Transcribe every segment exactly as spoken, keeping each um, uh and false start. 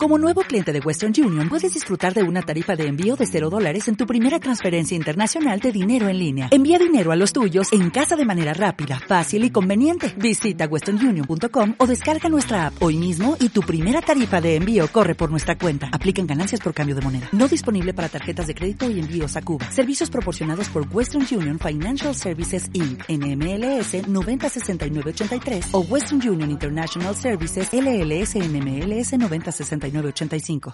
Como nuevo cliente de Western Union, puedes disfrutar de una tarifa de envío de cero dólares en tu primera transferencia internacional de dinero en línea. Envía dinero a los tuyos en casa de manera rápida, fácil y conveniente. Visita western union punto com o descarga nuestra app hoy mismo y tu primera tarifa de envío corre por nuestra cuenta. Aplican ganancias por cambio de moneda. No disponible para tarjetas de crédito y envíos a Cuba. Servicios proporcionados por Western Union Financial Services incorporated. N M L S noventa sesenta y nueve ochenta y tres o Western Union International Services L L S N M L S noventa sesenta y nueve ochenta y cinco.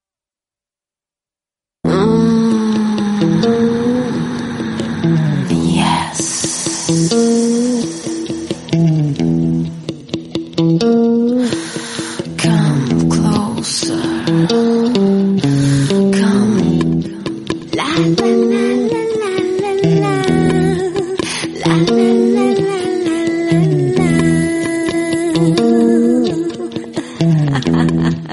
Yes. Come closer. Come. La la la la la la la. La la la la la la.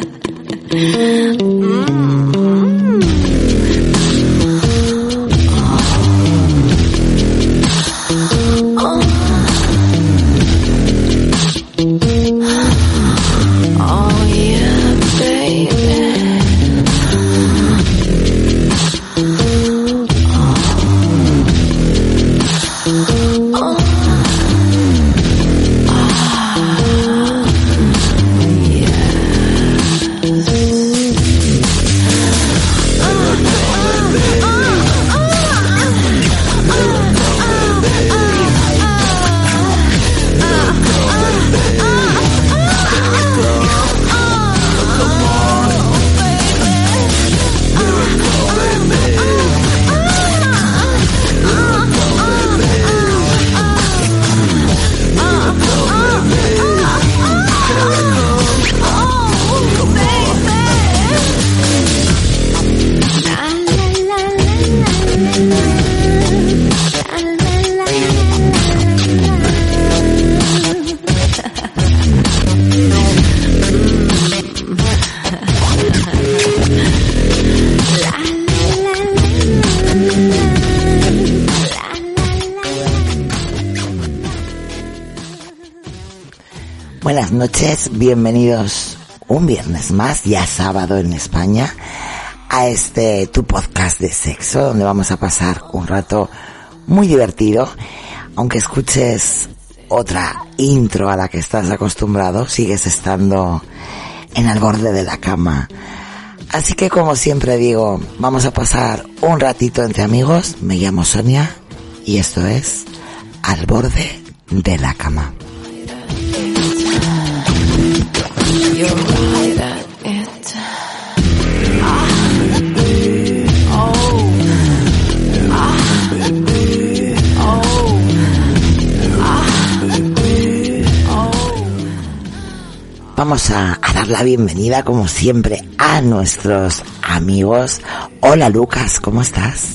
Buenas noches, bienvenidos un viernes más, ya sábado en España, a este tu podcast de sexo, donde vamos a pasar un rato muy divertido. Aunque escuches otra intro a la que estás acostumbrado, sigues estando en el borde de la cama. Así que, como siempre digo, vamos a pasar un ratito entre amigos. Me llamo Sonia y esto es Al Borde de la Cama. You're right at it. Ah. Oh. Ah. Oh. Ah. Oh. Vamos a, a dar la bienvenida, como siempre, a nuestros amigos. Hola Lucas, ¿cómo estás?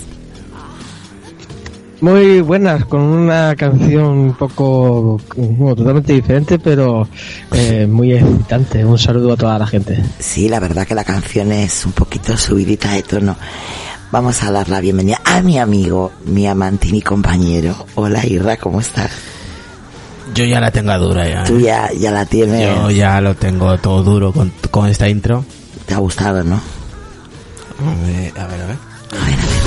Muy buenas, con una canción un poco, bueno, totalmente diferente, pero eh, muy excitante. Un saludo a toda la gente. Sí, la verdad que la canción es un poquito subidita de tono. Vamos a dar la bienvenida a mi amigo, mi amante y mi compañero. Hola Irra, ¿cómo estás? Yo ya la tengo dura ya. Tú ya, ya la tienes. Yo ya lo tengo todo duro con, con esta intro. ¿Te ha gustado, no? A ver, a ver. A ver, a ver. A ver.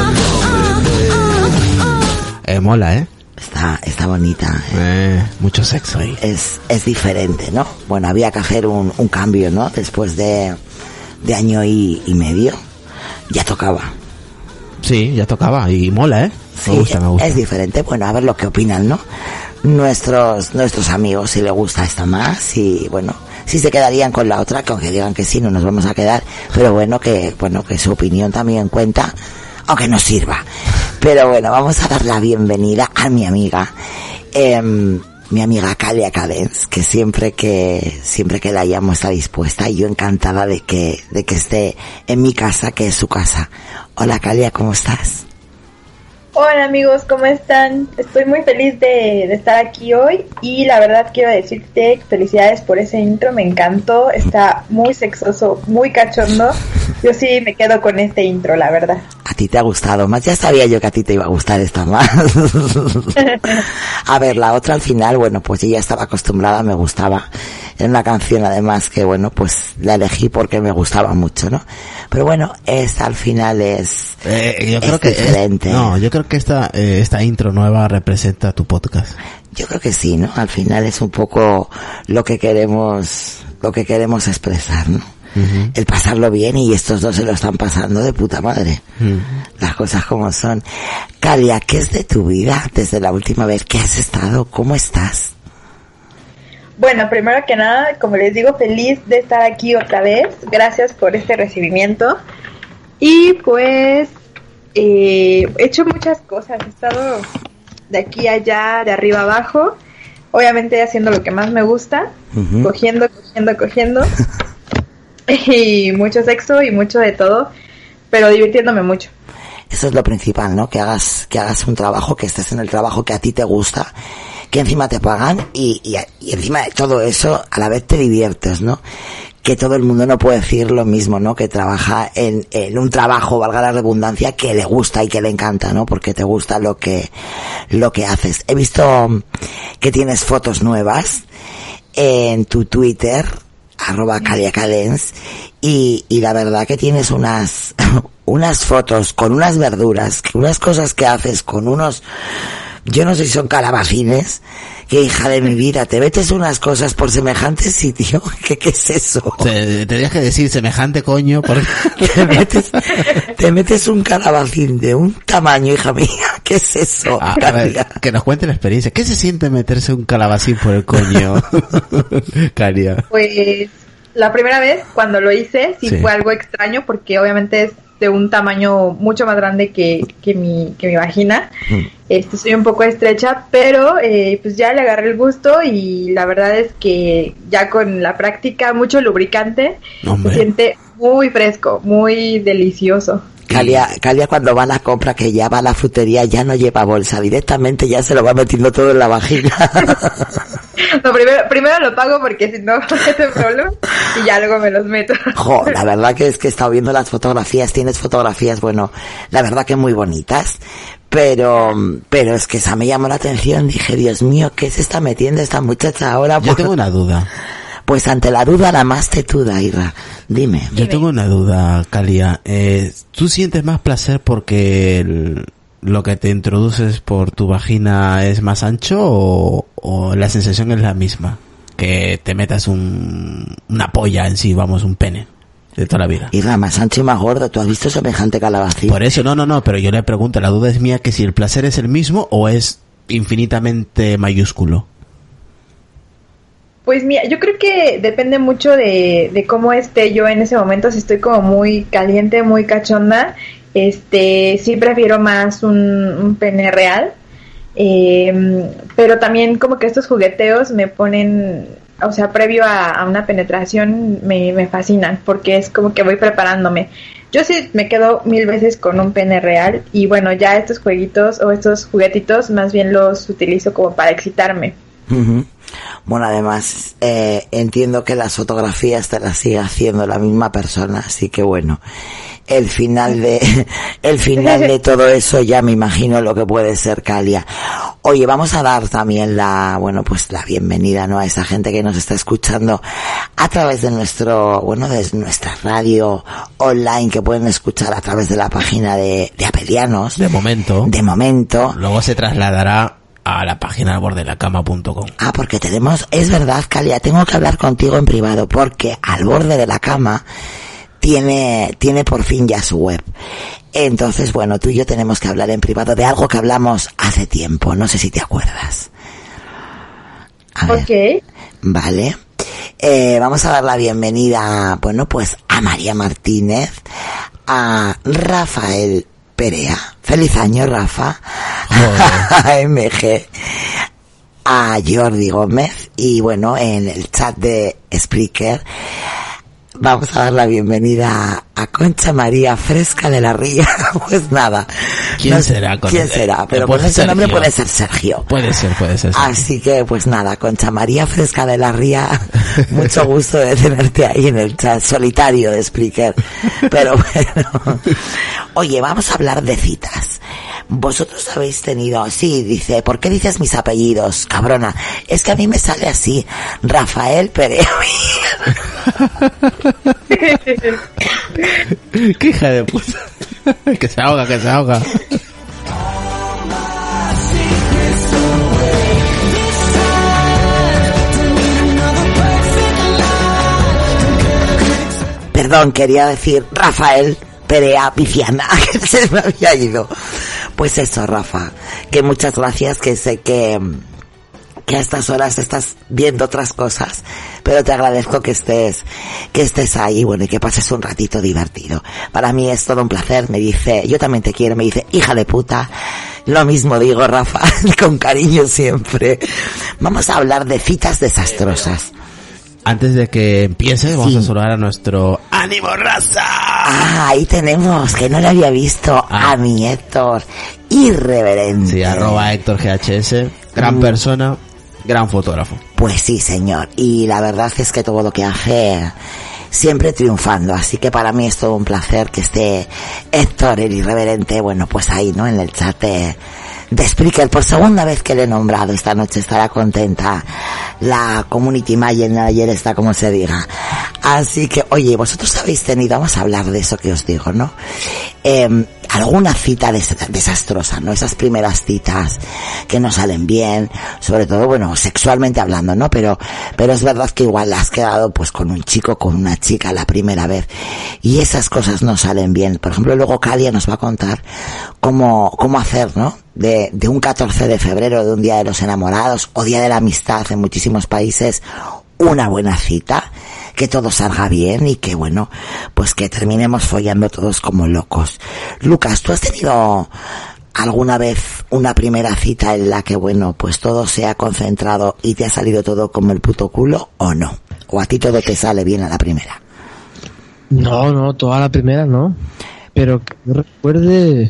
Eh, mola, ¿eh? Está, está bonita. ¿eh? Eh, mucho sexo ahí. Es, es diferente, ¿no? Bueno, había que hacer un, un cambio, ¿no? Después de, de año y, y medio. Ya tocaba. Sí, ya tocaba y mola, ¿eh? Sí, me gusta, me gusta. Es diferente. Bueno, a ver lo que opinan, ¿no? Nuestros, nuestros amigos, si les gusta esta más y, bueno, si se quedarían con la otra, que aunque digan que sí, no nos vamos a quedar, pero bueno, que, bueno, que su opinión también cuenta, aunque nos sirva. Pero bueno, vamos a dar la bienvenida a mi amiga, eh, mi amiga Calia Cadence, que siempre que, siempre que la llamo está dispuesta, y yo encantada de que, de que esté en mi casa, que es su casa. Hola Calia, ¿cómo estás? Hola amigos, ¿cómo están? Estoy muy feliz de, de estar aquí hoy y la verdad quiero decirte felicidades por ese intro, me encantó, está muy sexoso, muy cachondo. Yo sí me quedo con este intro, la verdad. a ti te ha gustado más. Ya sabía yo que a ti te iba a gustar esta más. A ver, la otra al final, bueno, pues yo ya estaba acostumbrada, me gustaba. Era una canción además que, bueno, pues la elegí porque me gustaba mucho, ¿no? Pero bueno, esta al final es, eh, yo creo es que diferente. Es, no, yo creo que esta, eh, esta intro nueva representa tu podcast. Yo creo que sí, ¿no? Al final es un poco lo que queremos, lo que queremos expresar, ¿no? Uh-huh. El pasarlo bien, y estos dos se lo están pasando de puta madre. Uh-huh. Las cosas como son. Calia, ¿qué es de tu vida desde la última vez que has estado? ¿Cómo estás? Bueno, primero que nada, como les digo, feliz de estar aquí otra vez. Gracias por este recibimiento. Y pues eh, he hecho muchas cosas. He estado de aquí a allá, de arriba a abajo. Obviamente haciendo lo que más me gusta. Uh-huh. Cogiendo, cogiendo, cogiendo. Y mucho sexo y mucho de todo. Pero divirtiéndome mucho. Eso es lo principal, ¿no? Que hagas, que hagas un trabajo, que estés en el trabajo que a ti te gusta, que encima te pagan y, y, y encima de todo eso a la vez te diviertes, ¿no? Que todo el mundo no puede decir lo mismo, ¿no? Que trabaja en, en un trabajo, valga la redundancia, que le gusta y que le encanta, ¿no? Porque te gusta lo que, lo que haces. He visto que tienes fotos nuevas en tu Twitter, arroba caliacadens, y, y la verdad que tienes unas, unas fotos con unas verduras, que unas cosas que haces con unos, yo no sé si son calabacines, que hija de mi vida, te metes unas cosas por semejante sitio, ¿qué, qué es eso? Te, tendrías que decir semejante coño, porque te metes, te metes un calabacín de un tamaño, hija mía, ¿qué es eso? A, a ver, que nos cuente la experiencia, ¿qué se siente meterse un calabacín por el coño, Calia? Pues la primera vez cuando lo hice sí, sí fue algo extraño, porque obviamente es de un tamaño mucho más grande que, que mi que mi vagina. Mm. Este, soy un poco estrecha, pero eh, pues ya le agarré el gusto, y la verdad es que ya con la práctica, mucho lubricante, Hombre. se siente muy fresco, muy delicioso. Calia, Calia cuando va a la compra, que ya va a la frutería, ya no lleva bolsa, directamente ya se lo va metiendo todo en la vagina. No, primero, primero lo pago, porque si no es el problema, y ya luego me los meto. Jo, la verdad que es que he estado viendo las fotografías, tienes fotografías, bueno, la verdad que muy bonitas, pero, pero es que esa me llamó la atención, dije, Dios mío, ¿qué se está metiendo esta muchacha ahora? Yo tengo una duda. Pues ante la duda, la más tetuda, Irra. Dime. Yo Dime. tengo una duda, Calia. Eh, ¿Tú sientes más placer porque el, lo que te introduces por tu vagina es más ancho, o, o la sensación es la misma? Que te metas un, una polla en sí, vamos, un pene de toda la vida. Irra, más ancho y más gordo. ¿Tú has visto semejante calabacín? Por eso, no, no, no, pero yo le pregunto, la duda es mía, que si el placer es el mismo o es infinitamente mayúsculo. Pues mira, yo creo que depende mucho de, de cómo esté yo en ese momento. Si estoy como muy caliente, muy cachonda, este, sí prefiero más un, un pene real. Eh, pero también como que estos jugueteos me ponen, o sea, previo a, a una penetración me, me fascinan, porque es como que voy preparándome. Yo sí me quedo mil veces con un pene real, y bueno, ya estos jueguitos o estos juguetitos más bien los utilizo como para excitarme. Uh-huh. Bueno, además eh, entiendo que las fotografías te las sigue haciendo la misma persona, así que bueno, el final de el final de todo eso ya me imagino lo que puede ser, Calia. Oye, vamos a dar también la, bueno, pues la bienvenida, ¿no?, a esa gente que nos está escuchando a través de nuestro, bueno, de nuestra radio online, que pueden escuchar a través de la página de, de Apelianos. De momento. De momento. Luego se trasladará a la página al borde de la cama punto com. Ah, porque tenemos, es verdad, Calia, tengo que hablar contigo en privado, porque Al Borde de la Cama tiene, tiene por fin ya su web. Entonces, bueno, tú y yo tenemos que hablar en privado de algo que hablamos hace tiempo, no sé si te acuerdas. A ver. Ok. Vale. Eh, vamos a dar la bienvenida, bueno, pues a María Martínez, a Rafael Perea. Feliz año, Rafa. A M G, a Jordi Gómez, y bueno, en el chat de Spreaker, vamos a dar la bienvenida a Concha María Fresca de la Ría. Pues nada. ¿Quién no, será? Con ¿Quién el, será? Pero puede con ese ser nombre Sergio. puede ser Sergio. Puede ser, puede ser. Sergio. Así que, pues nada, Concha María Fresca de la Ría, mucho gusto de tenerte ahí en el chat solitario de Spreaker. Pero bueno. Oye, vamos a hablar de citas. Vosotros habéis tenido, sí, dice, ¿por qué dices mis apellidos, cabrona? Es que a mí me sale así, Rafael Perea. Qué hija de puta. Que se ahoga, que se ahoga. Perdón, quería decir Rafael Perea Viciana, que se me había ido. Pues eso, Rafa, que muchas gracias, que sé que, que a estas horas estás viendo otras cosas, pero te agradezco que estés, que estés ahí, bueno, y que pases un ratito divertido. Para mí es todo un placer, me dice, yo también te quiero, me dice, hija de puta. Lo mismo digo, Rafa, con cariño siempre. Vamos a hablar de citas desastrosas. Antes de que empiece, vamos Sí. a saludar a nuestro ánimo raza. Ah, ahí tenemos, que no le había visto Ah. a mi Héctor, irreverente. Sí, arroba Héctor G H S, gran Mm. persona, gran fotógrafo. Pues sí, señor, y la verdad es que todo lo que hace siempre triunfando, así que para mí es todo un placer que esté Héctor, el irreverente, bueno, pues ahí, ¿no?, en el chat de, de Spreaker, por segunda vez que le he nombrado esta noche, estará contenta la community manager, está como se diga. Así que, oye, vosotros habéis tenido, vamos a hablar de eso que os digo, ¿no? Eh, alguna cita des- desastrosa, ¿no? Esas primeras citas que no salen bien, sobre todo, bueno, sexualmente hablando, ¿no? Pero, pero es verdad que igual has quedado pues con un chico, con una chica la primera vez y esas cosas no salen bien. Por ejemplo, luego Calia nos va a contar cómo, cómo hacer, ¿no? De, de un catorce de febrero, de un día de los enamorados o día de la amistad en muchísimos países, una buena cita, que todo salga bien y que bueno, pues que terminemos follando todos como locos. Lucas, ¿tú has tenido alguna vez una primera cita en la que bueno, pues todo se ha concentrado y te ha salido todo como el puto culo o no? ¿O a ti todo te sale bien a la primera? No, no, toda la primera no. Pero que yo recuerde...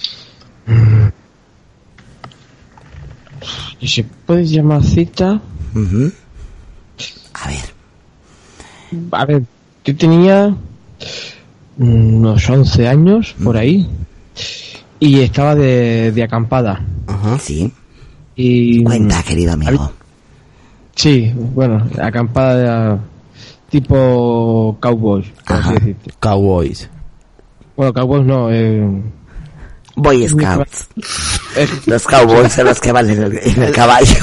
¿Y se puede llamar cita? Uh-huh. A ver. A ver, yo tenía unos once años, por ahí, y estaba de, de acampada. Ajá. Sí. Y Cuenta, querido amigo. sí, bueno, acampada tipo cowboys, por Ajá. así decirte. Cowboys. Bueno, cowboys no, eh, Boy Scouts. eh, Los cowboys son los que van en el, en el caballo.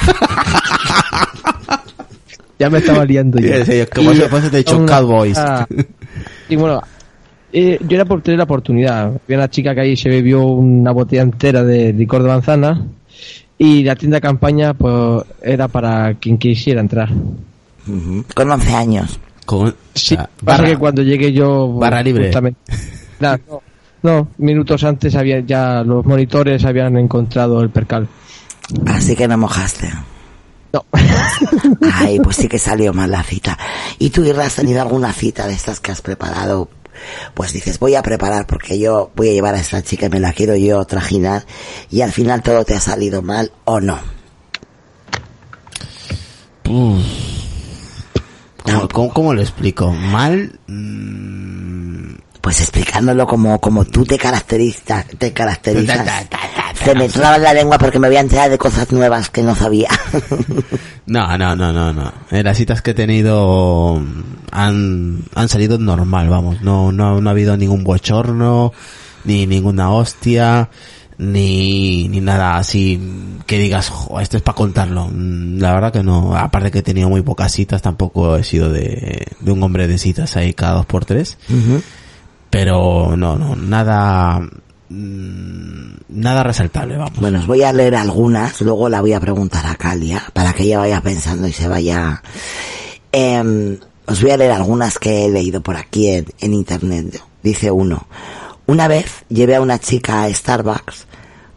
ya me estaba liando ya. Sí, sí, como Y- si fuese te he dicho una- Cowboys. ah, y bueno, eh, yo era por tener la oportunidad. Había una chica que ahí se bebió una botella entera de licor de manzana y la tienda de campaña pues era para quien quisiera entrar. Uh-huh. Con once años. Con, Sí, ah, pasa barra- que cuando llegué yo... barra libre. justamente- Nah, no, no, minutos antes había ya los monitores habían encontrado el percal. Así que no mojaste. No. Ay, pues sí que salió mal la cita. ¿Y tú, Irra, has tenido alguna cita de estas que has preparado? Pues dices, voy a preparar porque yo voy a llevar a esta chica y me la quiero yo trajinar y al final todo te ha salido mal o no. Uf. ¿Cómo, cómo, cómo lo explico? Mal. mm, Pues explicándolo como, como tú te caracterizas, te caracterizas. Ta, ta, ta, ta, ta. Se me traba la lengua porque me voy a enterar de cosas nuevas que no sabía. No, no, no, no, no. Eh, las citas que he tenido mm, han, han salido normal, vamos. No, no, no ha habido ningún bochorno, ni ninguna hostia, ni, ni nada así que digas, jo, esto es para contarlo. Mm, La verdad que no. Aparte que he tenido muy pocas citas, tampoco he sido de, de un hombre de citas ahí cada dos por tres. Ujú. Pero no, no, nada, mm, nada resaltable, vamos. Bueno, os voy a leer algunas, luego la voy a preguntar a Calia, para que ella vaya pensando y se vaya... Eh, os voy a leer algunas que he leído por aquí en, en internet. Dice uno, una vez llevé a una chica a Starbucks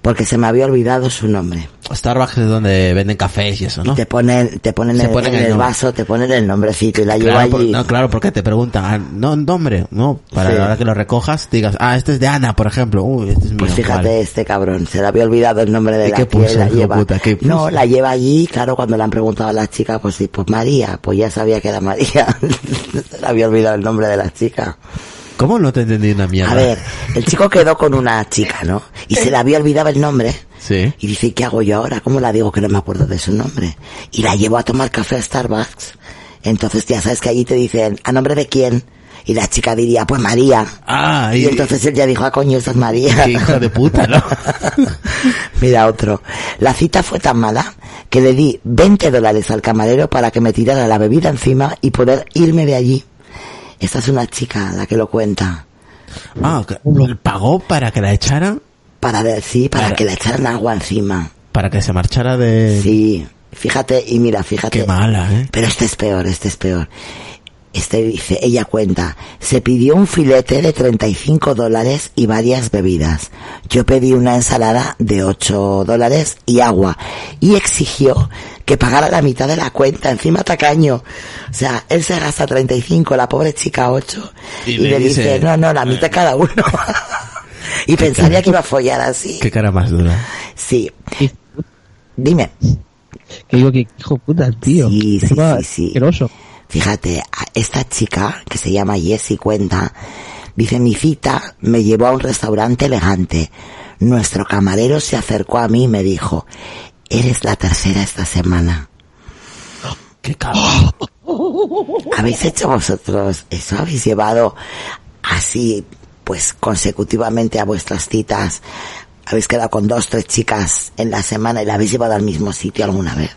porque se me había olvidado su nombre. Starbucks es donde venden cafés y eso, ¿no? Y te ponen, te ponen, el, ponen en el el nombre. vaso, te ponen el nombrecito y la llevo Claro, por- allí. no, claro, porque te preguntan, ah, no, nombre, no, para Sí. la hora que lo recojas, digas, ah, este es de Ana, por ejemplo, uy, este es mío. Pues fíjate, vale. este cabrón, se le había olvidado el nombre de ¿Y la qué tía y puso, la hijo lleva. puta? ¿Qué puso? No, la lleva allí, claro, cuando le han preguntado a la chica, pues sí, pues María, pues ya sabía que era María. Se le había olvidado el nombre de la chica. ¿Cómo no te entendí una mierda? A ver, el chico quedó con una chica, ¿no? Y se le había olvidado el nombre. Sí. Y dice, ¿qué hago yo ahora? ¿Cómo la digo que no me acuerdo de su nombre? Y la llevo a tomar café a Starbucks. Entonces ya sabes que allí te dicen, ¿a nombre de quién? Y la chica diría, pues María. Ah, Y y, entonces él ya dijo, ah, coño, esa es María. qué hijo de puta, ¿no? Mira otro. La cita fue tan mala que le di veinte dólares al camarero para que me tirara la bebida encima y poder irme de allí. Esta es una chica la que lo cuenta. Ah, que- pagó para que la echaran, Para ver, sí, para Para- que le echaran agua encima. para que se marchara de... Sí, fíjate, y mira, fíjate. Qué mala, ¿eh? Pero este es peor, este es peor. Este dice, ella cuenta, se pidió un filete de treinta y cinco dólares y varias bebidas. Yo pedí una ensalada de ocho dólares y agua. Y exigió que pagara la mitad de la cuenta, encima tacaño. O sea, él se gasta treinta y cinco, la pobre chica ocho. Y Y, le le dice, dice, no, no, la mitad cada uno. Y pensaría que iba a follar así. Qué cara más dura. Sí. Y- Dime. Que digo que hijo puta, tío. Sí, sí, Encima, sí, sí. asqueroso. Fíjate, a esta chica, que se llama Jessie, cuenta, dice, mi cita me llevó a un restaurante elegante. Nuestro camarero se acercó a mí y me dijo, eres la tercera esta semana. Qué cabrón. ¿Habéis hecho vosotros eso? ¿Habéis llevado así, pues, consecutivamente a vuestras citas? ¿Habéis quedado con dos, tres chicas en la semana y la habéis llevado al mismo sitio alguna vez?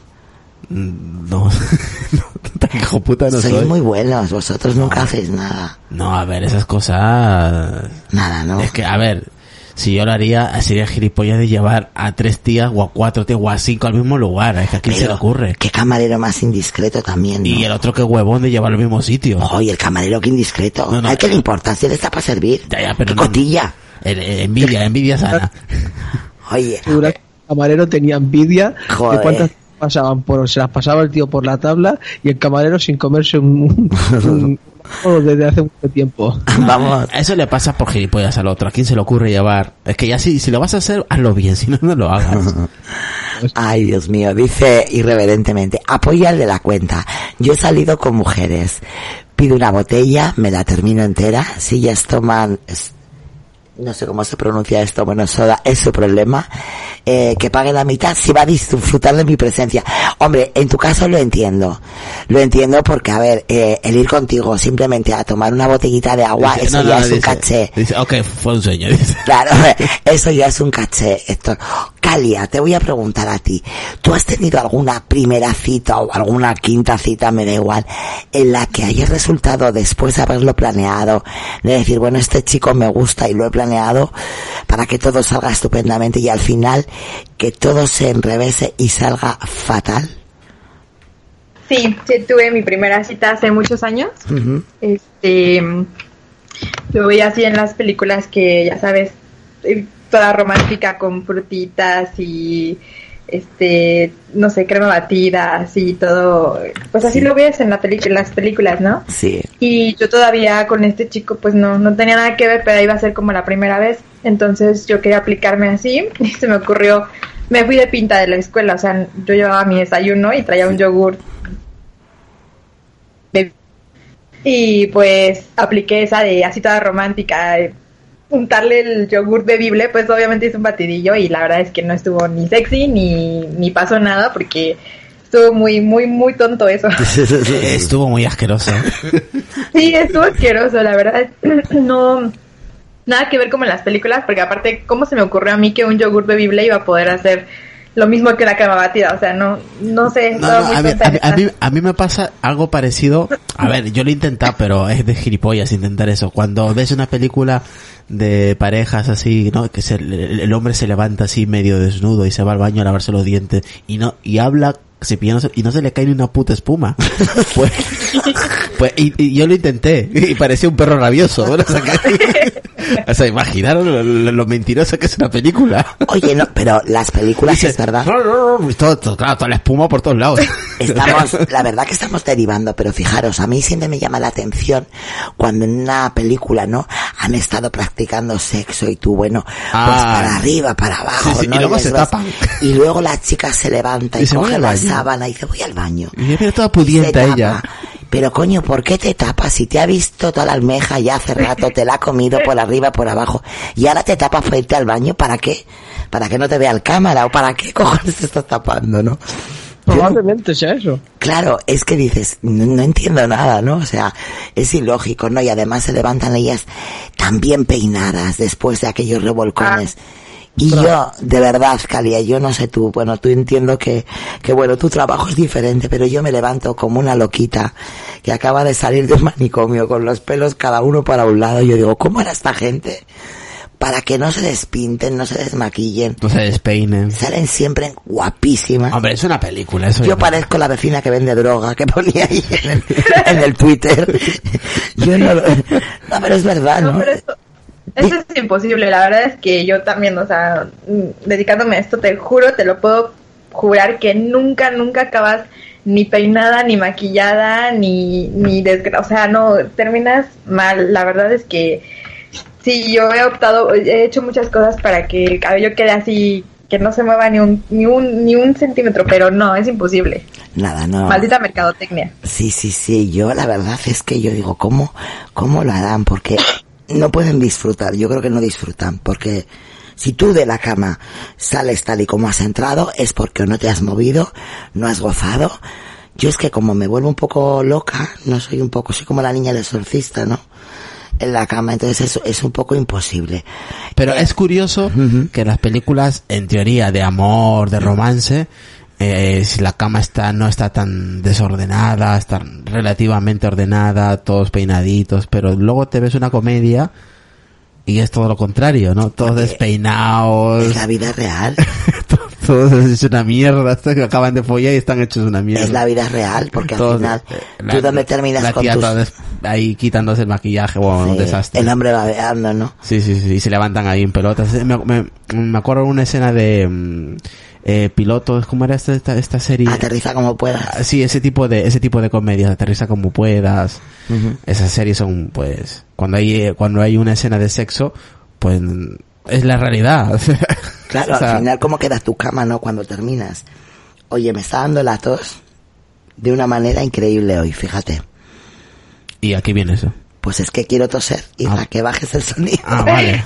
Mm, No, no, tan hijo puta no Sois soy. muy buenos, vosotros nunca hacéis nada. No, a ver, esas cosas... Nada, ¿no? Es que, a ver, si yo lo haría, sería gilipollas de llevar a tres tías o a cuatro tías o a cinco al mismo lugar. Es que a quién se le Pero, ocurre. qué camarero más indiscreto también, ¿no? Y el otro que huevón de llevar al mismo sitio. Oye, el camarero que indiscreto. No, no, Ay, ¿qué le eh, importa? Si él está para servir. Ya, ya, pero ¡Qué no- cotilla! El- el envidia, envidia sana. Oye, Seguro que el camarero tenía envidia Joder. de cuántas pasaban por, se las pasaba el tío por la tabla y el camarero sin comerse un, un, un desde hace mucho tiempo. vamos. Eso le pasa por gilipollas al otro. ¿A quién se le ocurre llevar? Es que ya si, si lo vas a hacer, hazlo bien. Si no, no lo hagas. Ay, Dios mío, dice irreverentemente, apoya el de la cuenta. Yo he salido con mujeres. Pido una botella, me la termino entera. Si ellas toman, es- no sé cómo se pronuncia esto, bueno, soda, es su problema. Eh, que pague la mitad si va a disfrutar de mi presencia. Hombre, en tu caso lo entiendo. Lo entiendo porque, a ver, eh, el ir contigo simplemente a tomar una botellita de agua, Dice, eso no, no, ya no, es un dice- caché. Dice, ok, fue un sueño. Dice. Claro, eso ya es un caché, Héctor. Calia, te voy a preguntar a ti. ¿Tú has tenido alguna primera cita o alguna quinta cita, me da igual, en la que hayas resultado después de haberlo planeado, de decir, bueno, este chico me gusta y lo he planeado para que todo salga estupendamente y al final que todo se enrevese y salga fatal? Sí, sí, tuve mi primera cita hace muchos años. Ujú. Este, lo veía así en las películas que, ya sabes, eh, toda romántica con frutitas y, este, no sé, crema batida, así todo. Pues así Sí. lo ves en la peli- en las películas, ¿no? Sí. Y yo todavía con este chico pues no, no tenía nada que ver, pero iba a ser como la primera vez. Entonces yo quería aplicarme así y se me ocurrió, me fui de pinta de la escuela, o sea, yo llevaba mi desayuno y traía un yogur. de- Y pues apliqué esa de así toda romántica, de untarle el yogur bebible, pues obviamente hice un batidillo y la verdad es que no estuvo ni sexy ni, ni pasó nada porque estuvo muy, muy, muy tonto eso. Estuvo muy asqueroso. Sí, estuvo asqueroso, la verdad. No, nada que ver como en las películas, porque aparte, ¿cómo se me ocurrió a mí que un yogur bebible iba a poder hacer lo mismo que una crema batida? O sea, no, no sé. No, estaba no, muy a, mí, tonta a, en mí, a, esa. mí, a mí me pasa algo parecido. A ver, yo lo he intentado, pero es de gilipollas intentar eso. Cuando ves una película de parejas así, ¿no? Que se, el, el hombre se levanta así medio desnudo y se va al baño a lavarse los dientes y no y habla cepillándose y no se le cae ni una puta espuma. Pues, pues y, y yo lo intenté y parecía un perro rabioso. Bueno, o sea que- O sea, imaginaros lo, lo, lo mentiroso que es una película. Oye, no, pero las películas Dice, es verdad. Todo, todo, claro, toda la espuma por todos lados. Estamos, la verdad que estamos derivando, pero fijaros, a mí siempre me llama la atención cuando en una película, ¿no? Han estado practicando sexo y tú, bueno, ah, pues para arriba, para abajo, sí, sí, ¿no? Y luego y se vas, tapan. Y luego la chica se levanta y, y coge la sábana y dice, voy al baño. Y viene toda pudienta ella. Pero coño, ¿por qué te tapas? Si te ha visto toda la almeja ya hace rato, te la ha comido por arriba, por abajo, y ahora te tapas para irte al baño, ¿para qué? ¿Para que no te vea el cámara? ¿O para qué cojones te estás tapando, no? Probablemente sea eso. Claro, es que dices, no, no entiendo nada, ¿no? O sea, es ilógico, ¿no? Y además se levantan ellas tan bien peinadas después de aquellos revolcones. Ah. Y yo, de verdad, Calia, yo no sé tú, bueno, tú entiendo que, que bueno, tu trabajo es diferente, pero yo me levanto como una loquita que acaba de salir de un manicomio con los pelos cada uno para un lado. Yo digo, ¿cómo era esta gente? Para que no se despinten, no se desmaquillen. No se despeinen. Salen siempre guapísimas. Hombre, es una película, eso. Yo parezco la vecina que vende droga, que ponía ahí en el, en el Twitter. Yo no lo... No, pero es verdad, ¿no? No, pero eso... Eso es imposible, la verdad es que yo también, o sea, dedicándome a esto, te juro, te lo puedo jurar que nunca, nunca acabas ni peinada, ni maquillada, ni, ni desgra... O sea, no, terminas mal. La verdad es que sí, yo he optado, he hecho muchas cosas para que el cabello quede así, que no se mueva ni un, ni un, ni un centímetro, pero no, es imposible. Nada, no. Maldita mercadotecnia. Sí, sí, sí, yo la verdad es que yo digo, ¿cómo, cómo lo harán? Porque no pueden disfrutar, yo creo que no disfrutan, porque si tú de la cama sales tal y como has entrado, es porque no te has movido, no has gozado. Yo es que como me vuelvo un poco loca, no soy un poco, soy como la niña del exorcista, ¿no? En la cama, entonces eso es un poco imposible. Pero eh, es curioso uh-huh. que las películas, en teoría, de amor, de romance, eh, si la cama está no está tan desordenada, está relativamente ordenada, todos peinaditos, pero luego te ves una comedia y es todo lo contrario, ¿no? Todos Porque despeinados. Es la vida real. Todos es una mierda, estos que acaban de follar y están hechos una mierda. Es la vida real, porque todos, al final, la, ¿tú dónde terminas la con tía tus... des, ahí quitándose el maquillaje, bueno, sí, un desastre. El hombre babeando, ¿no? Sí, sí, sí, y se levantan ahí en pelotas. Me, me, me acuerdo de una escena de... Eh, pilotos, ¿cómo era esta, esta, esta serie? Aterriza como puedas. Sí, ese tipo de, ese tipo de comedias, Aterriza como puedas. Uh-huh. Esas series son, pues, cuando hay, cuando hay una escena de sexo, pues, es la realidad. Claro, o sea, al final, ¿cómo queda tu cama, no? Cuando terminas. Oye, me está dando la tos de una manera increíble hoy, fíjate. ¿Y aquí viene eso? Pues es que quiero toser y ah. para que bajes el sonido. Ah, vale.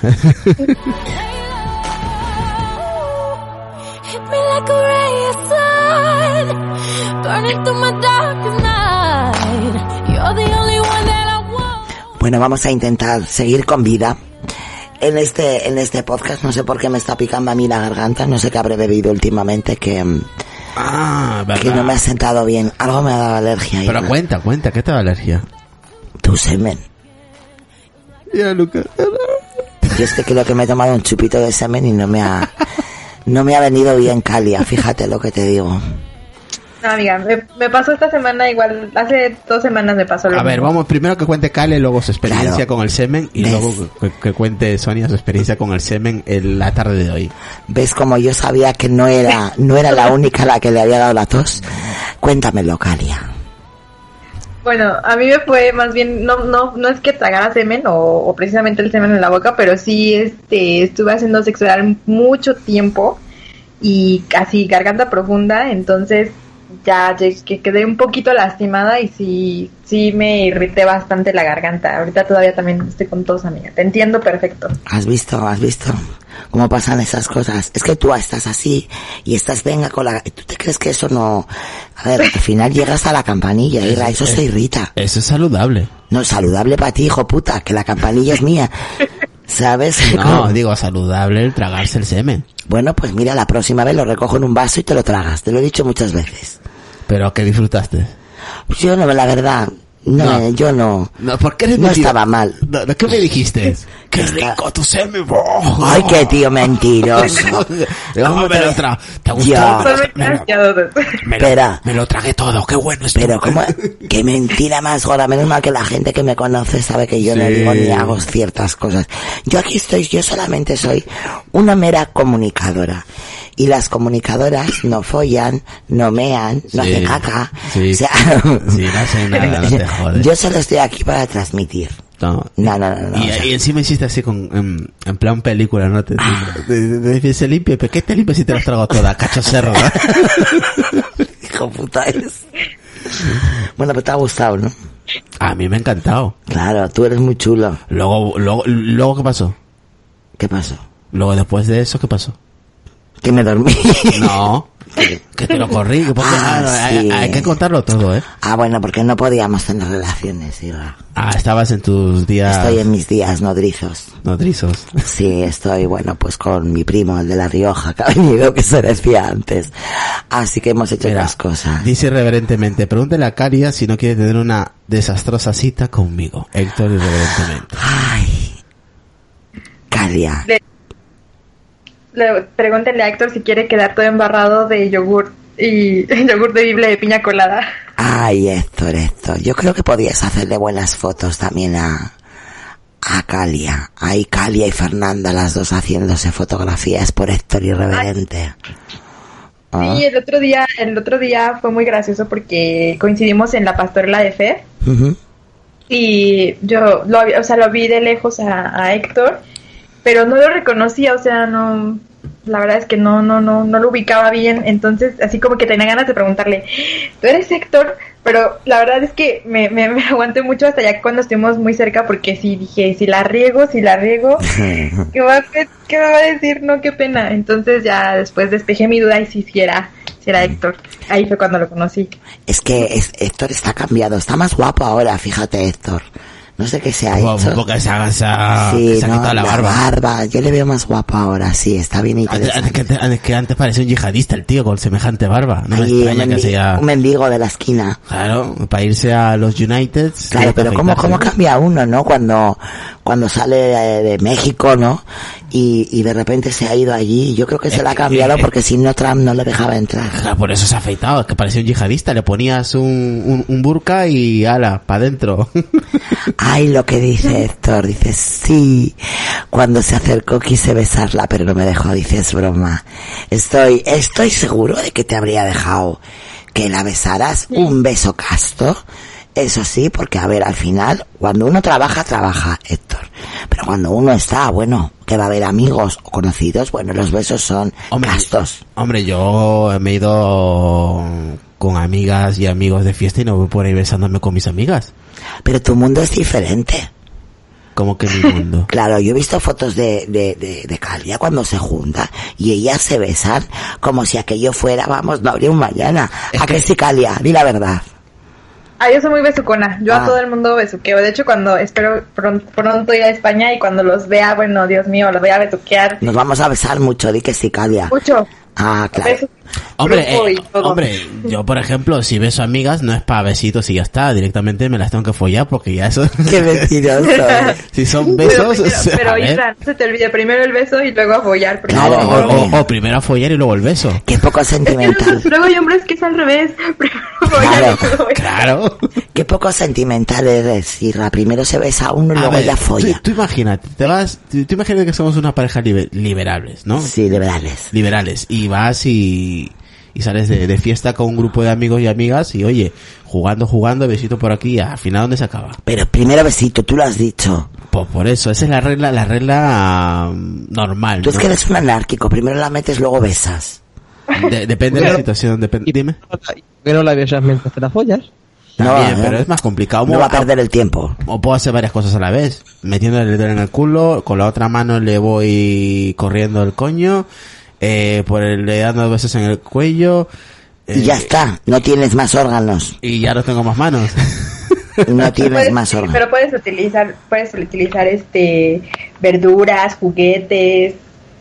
Bueno, vamos a intentar seguir con vida en este en este podcast. No sé por qué me está picando a mí la garganta, no sé qué habré bebido últimamente que ah, que no me ha sentado bien. Algo me ha dado alergia. Pero ¿no? cuenta, cuenta, ¿qué te da alergia? Tu semen. Ya, Lucas. Yo es que creo que me he tomado un chupito de semen y no me ha no me ha venido bien, Calia, fíjate lo que te digo. No, amiga, me, me pasó esta semana igual, hace dos semanas me pasó lo A mismo. Ver, vamos, primero que cuente Cale, luego su experiencia claro. con el semen y ¿ves? Luego que, que cuente Sonia su experiencia con el semen en la tarde de hoy. ¿Ves como yo sabía que no era no era la única a la que le había dado la tos? Cuéntamelo, Calia. Bueno, a mí me fue más bien, no no no es que tragara semen o, o precisamente el semen en la boca, pero sí este estuve haciendo sexo oral mucho tiempo y casi garganta profunda, entonces ya que quedé un poquito lastimada y sí sí me irrité bastante la garganta. Ahorita todavía también estoy con tos, amiga. Te entiendo perfecto. ¿Has visto? ¿Has visto cómo pasan esas cosas? Es que tú estás así y estás venga con la... ¿Tú te crees que eso no...? A ver, al final llegas a la campanilla y eso se irrita. Eso es saludable. No, saludable para ti, hijo puta, que la campanilla es mía. ¿Sabes? No, digo saludable el tragarse el semen. Bueno, pues mira, la próxima vez lo recojo en un vaso y te lo tragas. Te lo he dicho muchas veces. ¿Pero qué disfrutaste? Pues yo no, la verdad, No, No. yo no. No, ¿por qué eres No mentiroso? estaba mal. No, no, ¿qué me dijiste? ¡Qué Está- rico tu semibo! Ay, qué tío mentiroso. ¿Cómo me lo tra... ¿Te gustó? Ya. Me lo, Solo me lo- demasiado. me lo- Espera. me lo tragué todo, qué bueno es. Pero cómo, qué mentira más gorda. Menos mal que la gente que me conoce sabe que yo no Sí. digo ni hago ciertas cosas. Yo aquí estoy, yo solamente soy una mera comunicadora. Y las comunicadoras no follan, no mean, no Sí. hacen caca. Sí. O sea, Sí, no hacen nada, no te jodes. yo solo estoy aquí para transmitir. No. No, no, no, no. Y, o sea, y encima hiciste así con, en, en plan película, ¿no? Te, te, te- te- se limpia, pero ¿qué te limpia si te las trago todas? Cacho cerro, ¿no? hijo puta es. Bueno, pero te ha gustado, ¿no? A mí me ha encantado. Claro, tú eres muy chulo. Luego, luego, luego, ¿qué pasó? ¿Qué pasó? Luego, después de eso, ¿qué pasó? Que me dormí. No, que te lo corrí, que porque, Ah, ah, hay, sí. hay que contarlo todo, ¿eh? Ah, bueno, porque no podíamos tener relaciones, Irra. Ah, estabas en tus días Estoy en mis días nodrizos. nodrizos. Sí, estoy, bueno, pues con mi primo, el de La Rioja, que ha venido, que se decía antes. Así que hemos hecho Mira, otras cosas. dice irreverentemente, pregúntale a Caria si no quiere tener una desastrosa cita conmigo. Héctor irreverentemente. Ay, Calia. Le- le- pregúntenle a Héctor si quiere quedar todo embarrado de yogur y yogur de Biblia de piña colada. Ay, Héctor, Héctor. Yo creo que podías hacerle buenas fotos también a, a Calia. Ahí Calia y Fernanda, las dos haciéndose fotografías por Héctor irreverente. Ah. Sí, el otro día, el otro día fue muy gracioso porque coincidimos en la pastorela de Fe Ujú. y yo lo, había- o sea, lo vi de lejos a, a Héctor, pero no lo reconocía, o sea, no, la verdad es que no, no, no, no lo ubicaba bien, entonces así como que tenía ganas de preguntarle, ¿tú eres Héctor? Pero la verdad es que me, me, me aguanté mucho hasta ya cuando estuvimos muy cerca porque sí dije, si la riego, si la riego, ¿qué va, a, hacer? ¿Qué me va a decir? No, qué pena. Entonces ya después despejé mi duda y sí, sí era, sí era Héctor. Ahí fue cuando lo conocí. Es que es, Héctor está cambiado, está más guapo ahora, fíjate, Héctor. No sé qué se ha Bueno, hecho. porque se ha, se ha, Sí, se ha no, quitado la barba. Yo le veo más guapo ahora, sí, está bien Antes, antes interesante. que, antes, antes que antes parecía un yihadista el tío con semejante barba. No me Ahí, un, extraña que mendi- sea... un mendigo de la esquina. Claro, para irse a los United. Claro, pero cómo, cómo cambia uno, ¿no? Cuando, cuando sale de, de México, ¿no? Y, y de repente se ha ido allí. Yo creo que se le ha cambiado porque si no Trump no le dejaba entrar. Claro, por eso se ha afeitado, es que parecía un yihadista. Le ponías un, un, un burka y ala, para adentro. Ay, lo que dice Héctor, dice sí. Cuando se acercó quise besarla, pero no me dejó, dice es broma. Estoy, estoy seguro de que te habría dejado que la besaras, un beso casto. Eso sí, porque a ver, al final, cuando uno trabaja, trabaja, Héctor. Pero cuando uno está, bueno, que va a haber amigos o conocidos, bueno, los besos son Hombre, castos. Hombre, yo me he ido con amigas y amigos de fiesta y no voy por ahí besándome con mis amigas. Pero tu mundo es diferente. Como que mi mundo. Claro, yo he visto fotos de, de, de, de Calia cuando se junta y ellas se besan como si aquello fuera, vamos, no habría un mañana. Es ¿A que- que sí, Calia? Di la verdad. Ah, yo soy muy besucona. Yo Ah. a todo el mundo besuqueo. De hecho, cuando espero pronto, pronto ir a España y cuando los vea, bueno, Dios mío, los voy a besuquear Nos vamos a besar mucho, di que sí, Calia. mucho. Ah, claro. Besos, Hombre, grupo eh, y todo. hombre, yo por ejemplo, si beso amigas, no es para besitos y ya está, directamente me las tengo que follar porque ya eso... Qué mentiroso. si son Pero, besos... primero, o sea, pero a ver. Isra, no se te olvide, primero el beso y luego a follar. No, Primero. Claro, o, hombre. o- o primero a follar y luego el beso. Qué poco Es que sentimental. luego hay hombres que es al revés. Primero follar Claro, y luego besar. Claro. Qué poco sentimental eres, Irra. Primero se besa a uno y A luego ver, ella folla. Tú, tú imagínate, te vas, tú, tú imagínate que somos una pareja libe- liberables, ¿no? Sí, liberales. Liberales. Y vas y, y sales de, de fiesta con un grupo de amigos y amigas y oye, jugando, jugando, besito por aquí, al final ¿dónde se acaba? Pero primero besito, tú lo has dicho. Pues por eso, esa es la regla, la regla mm, normal, Tú es ¿no? que eres un anárquico. Primero la metes, luego besas. De- depende de la situación, depende, dime. ¿Por qué no la besas mientras te la follas? También, No, pero eh. es más complicado. No Mo- va a perder el tiempo. O puedo hacer varias cosas a la vez. Metiéndole el dedo en el culo, con la otra mano le voy corriendo el coño, eh, por el, le dando besos en el cuello. Y eh, ya está. No tienes más órganos. Y ya no tengo más manos. No tienes Puedes- más órganos. pero puedes utilizar, puedes utilizar este verduras, juguetes,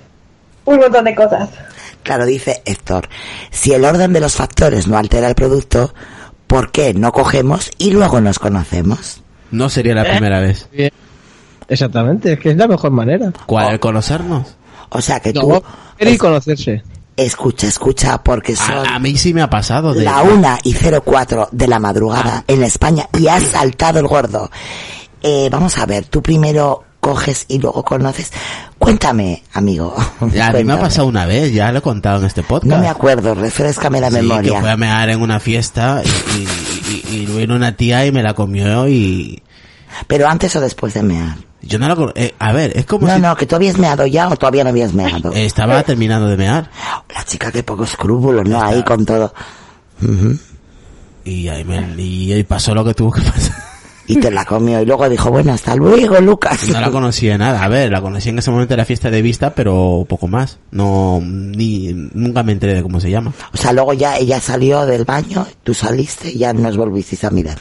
un montón de cosas. Claro, dice Héctor, si el orden de los factores no altera el producto, ¿por qué no cogemos y luego nos conocemos? No sería la primera vez. Bien. Exactamente, es que es la mejor manera. ¿Cuál? ¿Conocernos? O sea que No, tú... querer y conocerse. Escucha, escucha, porque son A, a mí sí me ha pasado. De... la una y cero cuatro de la madrugada ah. en España y has saltado el gordo. Eh, vamos a ver, tú primero coges y luego conoces. Cuéntame, amigo. Ya, a Cuéntame. mí me ha pasado una vez, ya lo he contado en este podcast. No me acuerdo, refrescame la sí, memoria. Que fue a mear en una fiesta y, y, y, y vino una tía y me la comió y... ¿Pero antes o después de mear? Yo no lo... Eh, a ver, es como No, si... no, que tú habías meado ya o todavía no habías meado. Eh, estaba terminando de mear. La chica que poco escrúpulos, ¿no? Ahí con todo. Uh-huh. Y ahí me, y ahí pasó lo que tuvo que pasar. Y te la comió y luego dijo, bueno, hasta luego, Lucas. No la conocía de nada. A ver, la conocí en ese momento de la fiesta de vista, pero poco más. No, ni, nunca me enteré de cómo se llama. O sea, luego ya ella salió del baño, tú saliste y ya nos volvisteis a mirar.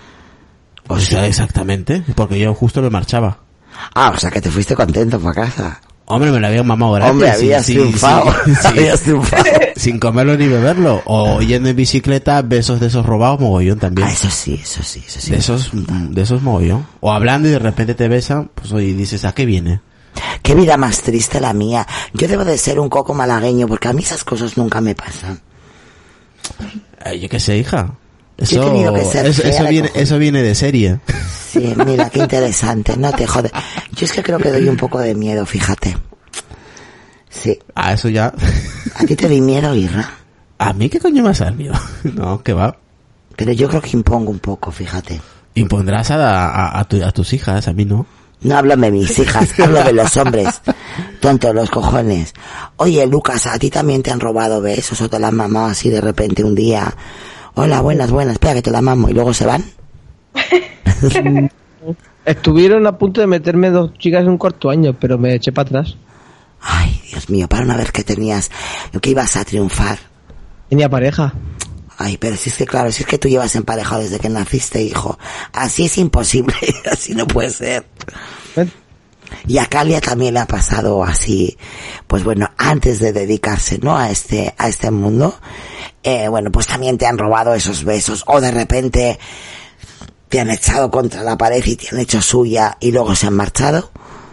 O sea, exactamente, porque yo justo me marchaba. Ah, o sea que te fuiste contento para casa. Hombre, me la había mamado gratis. Hombre, habías sin, triunfado. Sin, sin, habías triunfado. Sin comerlo ni beberlo. O yendo en bicicleta, besos de esos robados, mogollón también. Ah, eso sí, eso sí, eso sí. De esos, de esos mogollón. O hablando y de repente te besan, pues oye, dices, ¿a qué viene? Qué vida más triste la mía. Yo debo de ser un coco malagueño porque a mí esas cosas nunca me pasan. Eh, yo qué sé, hija. Eso, Yo he tenido que ser eso, eso, viene, eso viene de serie. Sí, mira, qué interesante. No te jodes. Yo es que creo que doy un poco de miedo, fíjate. Sí. Ah, eso ya. ¿A ti te di miedo, Irra? ¿A mí qué coño me has miedo? No, que va. Pero yo creo que impongo un poco, fíjate. Impondrás a, a, a, tu, a tus hijas, a mí no. No hablo de mis hijas, hablo de los hombres. Tonto, los cojones. Oye, Lucas, ¿a ti también te han robado besos o te la han mamado así de repente un día? Hola, buenas, buenas, espera que te la mamo y luego se van. Estuvieron a punto de meterme dos chicas en un cuarto año, pero me eché para atrás. Ay, Dios mío, para una vez que tenías, que ibas a triunfar. Tenía pareja. Ay, pero si es que claro, si es que tú llevas emparejado desde que naciste, hijo. Así es imposible, así no puede ser. ¿Eh? Y a Calia también le ha pasado así, pues bueno, antes de dedicarse, ¿no? A este, a este mundo, eh, bueno, pues también te han robado esos besos, o de repente te han echado contra la pared y te han hecho suya y luego se han marchado.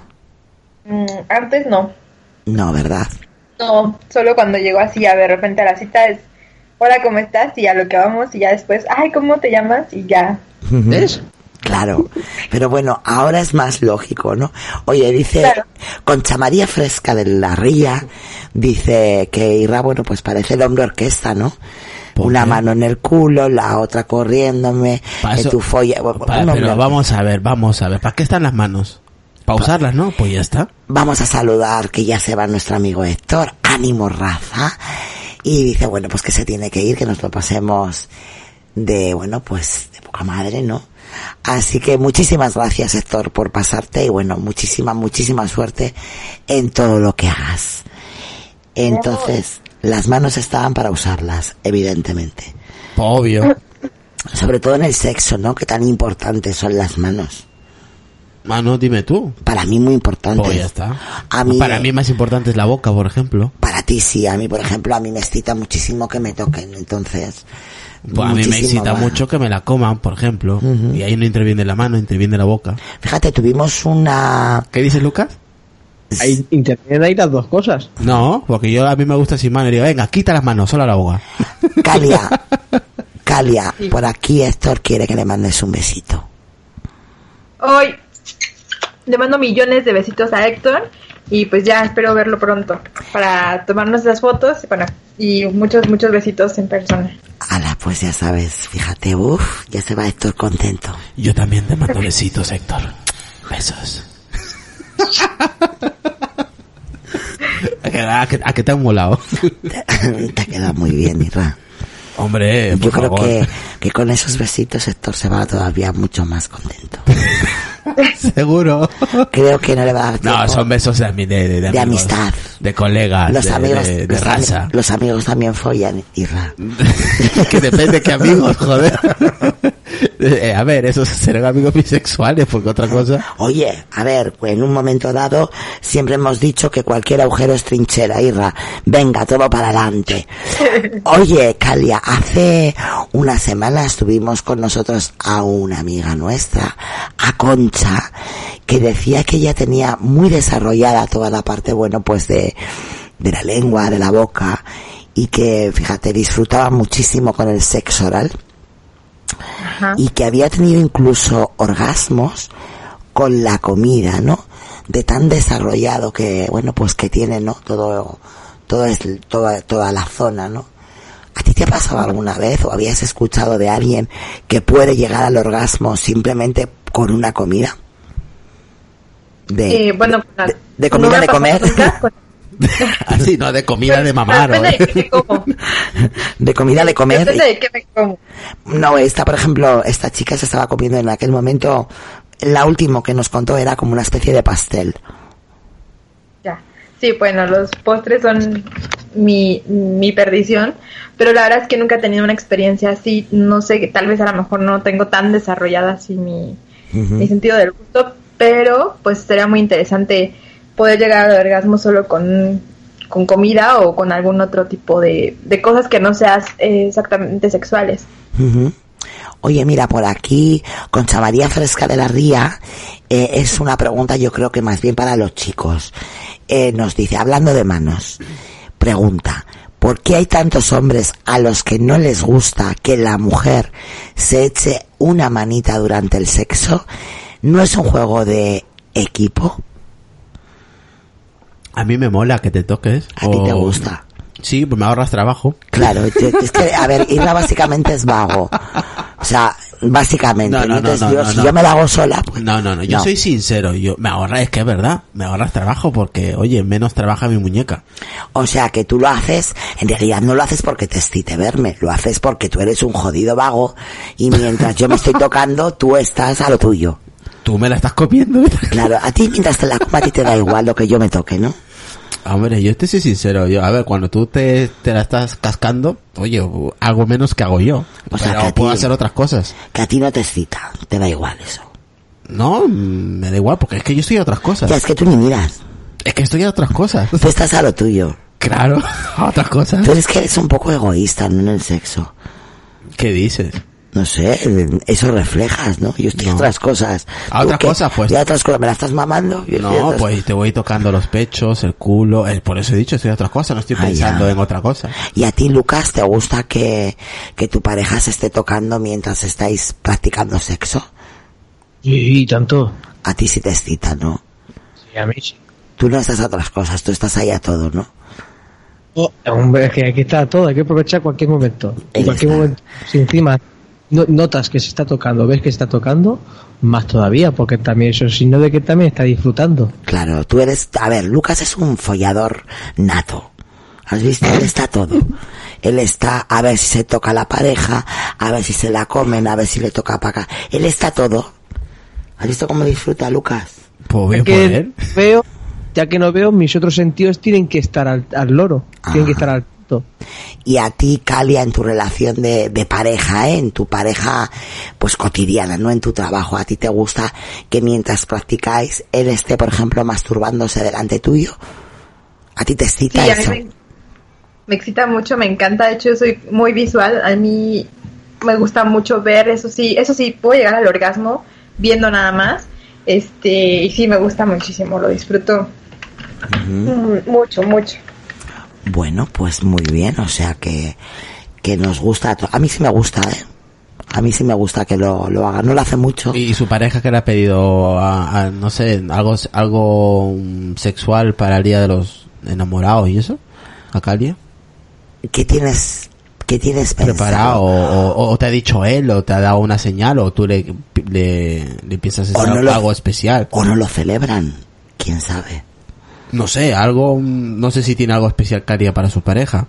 Mm, antes no. No, ¿verdad? No, solo cuando llegó así, a de repente a la cita es, hola, ¿cómo estás? Y a lo que vamos, y ya después, ay, ¿cómo te llamas? Y ya. ¿Ves? Claro, pero bueno, ahora es más lógico, ¿no? Oye, dice, claro. Concha María Fresca de la Ría, dice que Irra, bueno, pues parece el hombre orquesta, ¿no? Una qué? Mano en el culo, la otra corriéndome, que tu folla... Pa, pero vamos a ver, vamos a ver, ¿para qué están las manos? Para usarlas, ¿no? Pues ya está. Vamos a saludar, que ya se va nuestro amigo Héctor, ánimo raza, y dice, bueno, pues que se tiene que ir, que nos lo pasemos de, bueno, pues de poca madre, ¿no? Así que muchísimas gracias, Héctor, por pasarte y bueno, muchísima, muchísima suerte en todo lo que hagas. Entonces, las manos estaban para usarlas, evidentemente. Obvio. Sobre todo en el sexo, ¿no? Que tan importantes son las manos. Mano, dime tú. Para mí muy importante. Pues ya está. A mí, para mí más importante es la boca, por ejemplo. Para ti sí, a mí, por ejemplo, a mí me excita muchísimo que me toquen, entonces... Pues a mí me excita más. mucho que me la coman, por ejemplo. Uh-huh. Y ahí no interviene la mano, interviene la boca. Fíjate, tuvimos una... ¿Qué dices, Lucas? Ahí intervienen ahí las dos cosas. No, porque yo a mí me gusta sin mano y digo, venga, quita las manos, solo la boca. Calia, Calia, sí. Por aquí Héctor quiere que le mandes un besito. Hoy le mando millones de besitos a Héctor y pues ya espero verlo pronto para tomarnos las fotos, bueno, y muchos, muchos besitos en persona. Ala, pues ya sabes, fíjate, uff, ya se va Héctor contento. Yo también te mando besitos, Héctor. Besos. ¿A qué, a, qué, ¿A qué te han molado? Te, te ha quedado muy bien, Irra. Hombre, por yo creo favor. que, que con esos besitos Héctor se va todavía mucho más contento. Seguro. Creo que no le va a dar tiempo. No, son besos de, ami- de, de, de, De amigos, amistad. de colegas, Los de, amigos, de, de los, raza. ami- los amigos también follan, Irra. Que depende qué amigos, joder. Eh, a ver, esos serán amigos bisexuales, porque otra cosa... Oye, a ver, en un momento dado siempre hemos dicho que cualquier agujero es trinchera, Irra. Venga, todo para adelante. Oye, Calia, hace una semana estuvimos con nosotros a una amiga nuestra, a Concha, que decía que ella tenía muy desarrollada toda la parte, bueno, pues de, de la lengua, de la boca, y que, fíjate, disfrutaba muchísimo con el sexo oral. Ajá. Y que había tenido incluso orgasmos con la comida, ¿no? De tan desarrollado que, bueno, pues que tiene, ¿no? Todo, todo es, toda, toda la zona, ¿no? ¿A ti te ha pasado alguna vez o habías escuchado de alguien que puede llegar al orgasmo simplemente con una comida? De, Eh, bueno, de, de, de no comida me de ha comer. pasado nunca con- Así, no, de comida de mamar. Depende ¿o? de qué como. De comida de comer. Depende de qué me como. No, esta, por ejemplo, esta chica se estaba comiendo en aquel momento, la última que nos contó era como una especie de pastel. Ya. Sí, bueno, los postres son mi, mi perdición, pero la verdad es que nunca he tenido una experiencia así. No sé, tal vez a lo mejor no tengo tan desarrollada así mi, Uh-huh. mi sentido del gusto, pero pues sería muy interesante poder llegar al orgasmo solo con, con comida o con algún otro tipo de, de cosas que no sean eh, exactamente sexuales. Uh-huh. Oye, mira, por aquí, Concha María Fresca de la Ría, eh, es una pregunta yo creo que más bien para los chicos. Eh, nos dice, hablando de manos, pregunta, ¿por qué hay tantos hombres a los que no les gusta que la mujer se eche una manita durante el sexo? ¿No es un juego de equipo? A mí me mola que te toques. ¿A ti te gusta? Sí, pues me ahorras trabajo. Claro, es que, a ver, Irra básicamente es vago. O sea, básicamente. No, no, Entonces, no, yo, no, si no. yo me lo hago sola, pues... No, no, no, yo No. soy sincero, yo me ahorras, es que es verdad, me ahorras trabajo porque, oye, menos trabaja mi muñeca. O sea, que tú lo haces, en realidad no lo haces porque te excite verme, lo haces porque tú eres un jodido vago y mientras yo me estoy tocando, tú estás a lo tuyo. Tú me la estás copiando. Claro, a ti mientras te la coma, a ti te da igual lo que yo me toque, ¿no? Hombre, yo te soy sincero, yo, a ver, cuando tú te, te la estás cascando, oye, hago menos que hago yo. O sea, pero que a puedo ti- hacer otras cosas. Que a ti no te excita, te da igual eso. No, mm, me da igual, porque es que yo estoy a otras cosas. Ya, es que tú ni miras, Es que estoy a otras cosas. tú estás a lo tuyo. Claro, a otras cosas. Tú eres que eres un poco egoísta, ¿no? En el sexo. ¿Qué dices? No sé, eso reflejas, ¿no? Yo estoy a No. otras cosas. A ¿Tú otras qué? cosas, pues. ¿Y a otras cosas? ¿Me la estás mamando? Yo estoy a No, otras- pues te voy tocando los pechos, el culo, eh, por eso he dicho, estoy a otras cosas, no estoy Ah, pensando ya. en otra cosa. ¿Y a ti, Lucas, te gusta que, que tu pareja se esté tocando mientras estáis practicando sexo? Sí, tanto. A ti sí te excita, ¿no? Sí, a mí sí. Tú no estás a otras cosas, tú estás ahí a todo, ¿no? Oh, hombre, es que aquí está todo, hay que aprovechar cualquier momento. Ahí En cualquier está. momento, si encima no- notas que se está tocando, ves que se está tocando, más todavía, porque también eso es signo de que también está disfrutando. Claro, tú eres... A ver, Lucas es un follador nato. ¿Has visto? Él está todo. Él está a ver si se toca la pareja, a ver si se la comen, a ver si le toca para acá. Él está todo. ¿Has visto cómo disfruta Lucas? Pues bien Es por que él. veo, ya que no veo, mis otros sentidos tienen que estar al, al loro, tienen que Ah. estar al punto. Y a ti, Calia, en tu relación de, de pareja, ¿eh? En tu pareja, pues cotidiana, no en tu trabajo, ¿a ti te gusta que mientras practicáis, él esté, por ejemplo, masturbándose delante tuyo? ¿A ti te Sí, excita a mí eso? me, me excita mucho, me encanta. De hecho, yo soy muy visual. A mí me gusta mucho ver, eso sí, eso sí, puedo llegar al orgasmo viendo nada más. Este, y sí, me gusta muchísimo, lo disfruto Ujú. mm, mucho, mucho. Bueno, pues muy bien, o sea que, que nos gusta. a to- A mí sí me gusta, ¿eh? A mí sí me gusta que lo, lo haga. No lo hace mucho. Y su pareja que le ha pedido, a, a, no sé, algo algo mm, sexual para el día de los enamorados y eso, a Calia, ¿Qué tienes, qué tienes pensado? preparado, o, o, o te ha dicho él, o te ha dado una señal, o tú le, le, le piensas O hacer no lo- algo especial. O no lo celebran, quién sabe. No sé, algo, mm, no sé si tiene algo especial Calia para su pareja.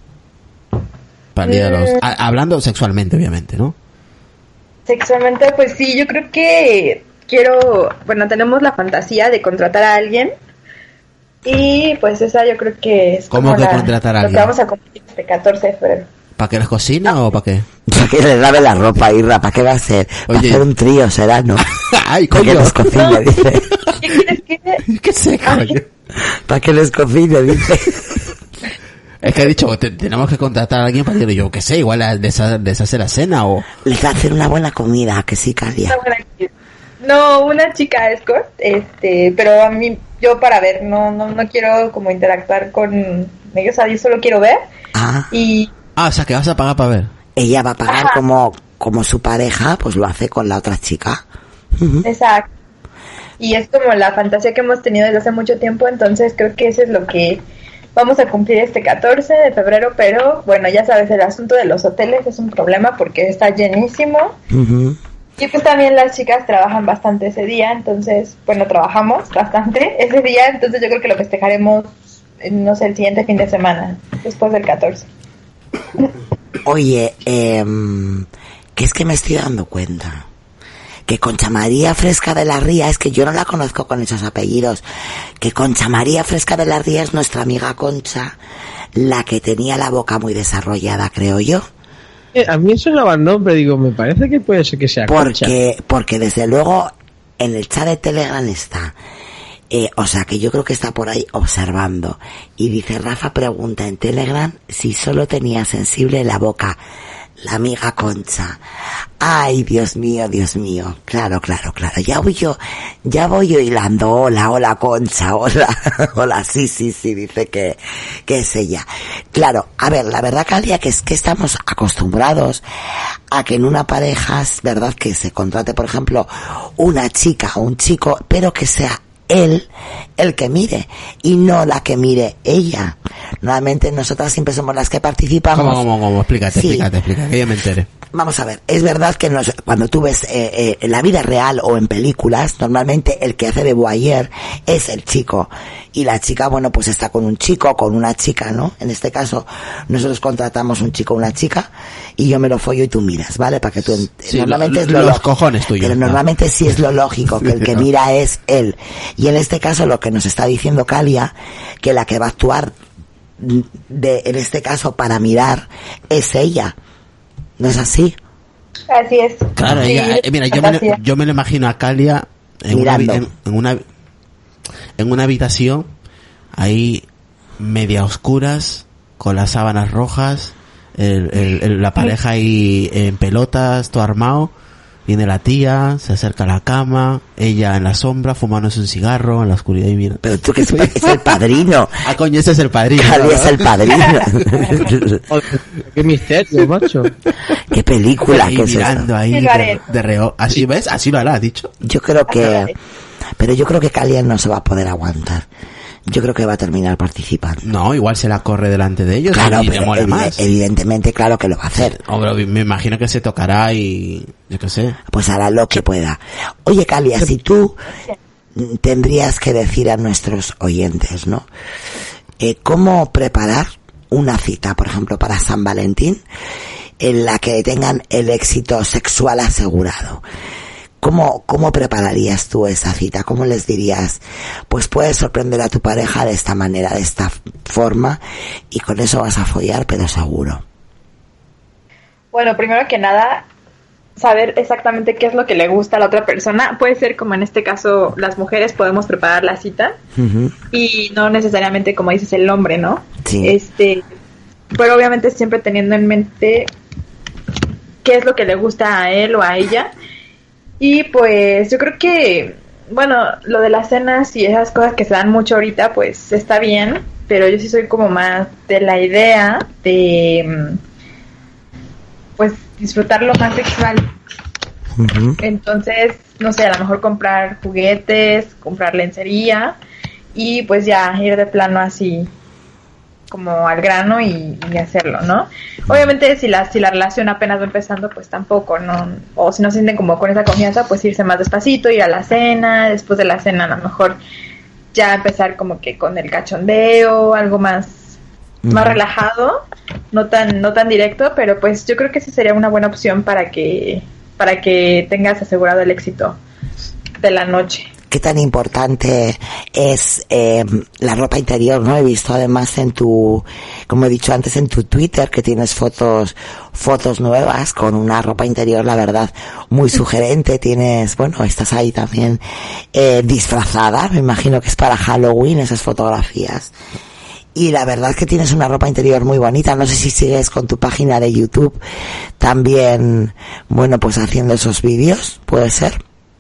Para el día de los, a- hablando sexualmente, obviamente, ¿no? Sexualmente, pues sí, yo creo que quiero, bueno, tenemos la fantasía de contratar a alguien y pues esa yo creo que es ¿Cómo como que la- contratar a lo alguien? que vamos a cumplir este catorce de febrero. ¿Para que les cocina o para qué? ¿Para qué le lave la ropa, Irra? ¿Para qué va a ser? Para Oye. hacer un trío, será, ¿no? ¡Ay, ¿Para qué coño! les cocine, dice? ¿Qué quieres que ¿Qué sé, coño? ¿Para qué les cocine, dice? Es que he dicho, te- tenemos que contratar a alguien para decir, yo qué sé, igual les, ha- les hace la cena o... Les va a hacer una buena comida, que sí, Calia. Una buena actriz. No, una chica escort, este, pero a mí, yo para ver, no, no, no quiero como interactuar con ellos, o sea, yo solo quiero ver Ah, y Ah, o sea, que vas a pagar para ver. ella va a pagar Ajá. como, como su pareja, pues lo hace con la otra chica. Ujú. exacto. Y es como la fantasía que hemos tenido desde hace mucho tiempo, entonces creo que eso es lo que vamos a cumplir este catorce de febrero, pero bueno, ya sabes, el asunto de los hoteles es un problema porque está llenísimo. Ujú. Y pues también las chicas trabajan bastante ese día, entonces, bueno, trabajamos bastante ese día, entonces yo creo que lo festejaremos, eh, no sé, el siguiente fin de semana, después del catorce. Oye, eh, que es que me estoy dando cuenta que Concha María Fresca de la Ría, es que yo no la conozco con esos apellidos, que Concha María Fresca de la Ría es nuestra amiga Concha, la que tenía la boca muy desarrollada, creo yo. Eh, A mí eso no va el nombre, digo, me parece que puede ser que sea Concha. Porque, porque desde luego en el chat de Telegram está, eh, o sea que yo creo que está por ahí observando. Y dice, Rafa pregunta en Telegram si solo tenía sensible la boca la amiga Concha. Ay, Dios mío, Dios mío. Claro, claro, claro. Ya voy yo, ya voy yo hilando. Hola, hola Concha, hola, hola, sí, sí, sí, dice que, que es ella. Claro, a ver, la verdad, Calia, que es que estamos acostumbrados a que en una pareja, es verdad que se contrate, por ejemplo, una chica o un chico, pero que sea él el que mire y no la que mire ella. Normalmente nosotras siempre somos las que participamos. ¿Cómo, cómo, cómo? Explícate, Sí. explícate, explícate, que yo me entere. Vamos a ver, es verdad que nos- cuando tú ves eh, eh, en la vida real o en películas, normalmente el que hace de voyeur es el chico y la chica, bueno, pues está con un chico o con una chica, ¿no? En este caso, nosotros contratamos un chico o una chica y yo me lo follo y tú miras, ¿vale? Para que tú ent- Sí, normalmente lo- es lo los lógico. cojones tuyos, Pero ¿no? normalmente sí es lo lógico, que el que mira es él. Y en este caso lo que nos está diciendo Calia, que la que va a actuar de, en este caso para mirar es ella. ¿No es así? Así es. Claro, Sí, ella, eh, mira, yo me, fantasía. yo me lo imagino a Calia en una, Mirando. habi- en, en una en una habitación ahí media oscuras con las sábanas rojas, el, el- el- la pareja ahí en pelotas, todo armado. Viene la tía, se acerca a la cama, ella en la sombra fumándose un cigarro en la oscuridad y mira. Pero tú que es, es el padrino. Ah, coño, ese es el padrino. Calia es el padrino. Joder, qué misterio, macho. Qué película Ahí que es mirando esa. ahí Sí, lo de, haré. de reo. Así ves, así lo hará, has dicho. Yo creo que, pero yo creo que Calia no se va a poder aguantar. Yo creo que va a terminar participando. No, igual se la corre delante de ellos Claro, y le pero mola evi- más. evidentemente, claro que lo va a hacer. Hombre, me imagino que se tocará y yo qué sé. Pues hará lo que pueda. Oye, Calia, si tú mm, tendrías que decir a nuestros oyentes, ¿no? Eh, ¿Cómo preparar una cita, por ejemplo, para San Valentín, en la que tengan el éxito sexual asegurado? ¿Cómo, cómo prepararías tú esa cita? ¿Cómo les dirías? Pues puedes sorprender a tu pareja de esta manera, de esta forma, y con eso vas a follar, pero seguro. Bueno, primero que nada, saber exactamente qué es lo que le gusta a la otra persona. Puede ser como en este caso las mujeres podemos preparar la cita Ujú. y no necesariamente como dices el hombre, ¿no? Sí. Este, pero obviamente siempre teniendo en mente qué es lo que le gusta a él o a ella. Y pues yo creo que, bueno, lo de las cenas y esas cosas que se dan mucho ahorita, pues está bien, pero yo sí soy como más de la idea de, mm, pues, disfrutar lo más sexual. Ujú. Entonces, no sé, a lo mejor comprar juguetes, comprar lencería y pues ya ir de plano así como al grano y, y hacerlo, ¿no? Obviamente si la si la relación apenas va empezando, pues tampoco, ¿no? O si no se sienten como con esa confianza, pues irse más despacito, ir a la cena, después de la cena a lo mejor ya empezar como que con el cachondeo, algo más más Ujú. relajado, no tan no tan directo, pero pues yo creo que esa sería una buena opción para que para que tengas asegurado el éxito de la noche. Qué tan importante es eh, la ropa interior, ¿no? He visto además en tu, como he dicho antes, en tu Twitter que tienes fotos, fotos nuevas con una ropa interior, la verdad, muy sugerente. Tienes, bueno, estás ahí también eh, disfrazada, me imagino que es para Halloween esas fotografías. Y la verdad que tienes una ropa interior muy bonita. No sé si sigues con tu página de YouTube también, bueno, pues haciendo esos vídeos, ¿puede ser?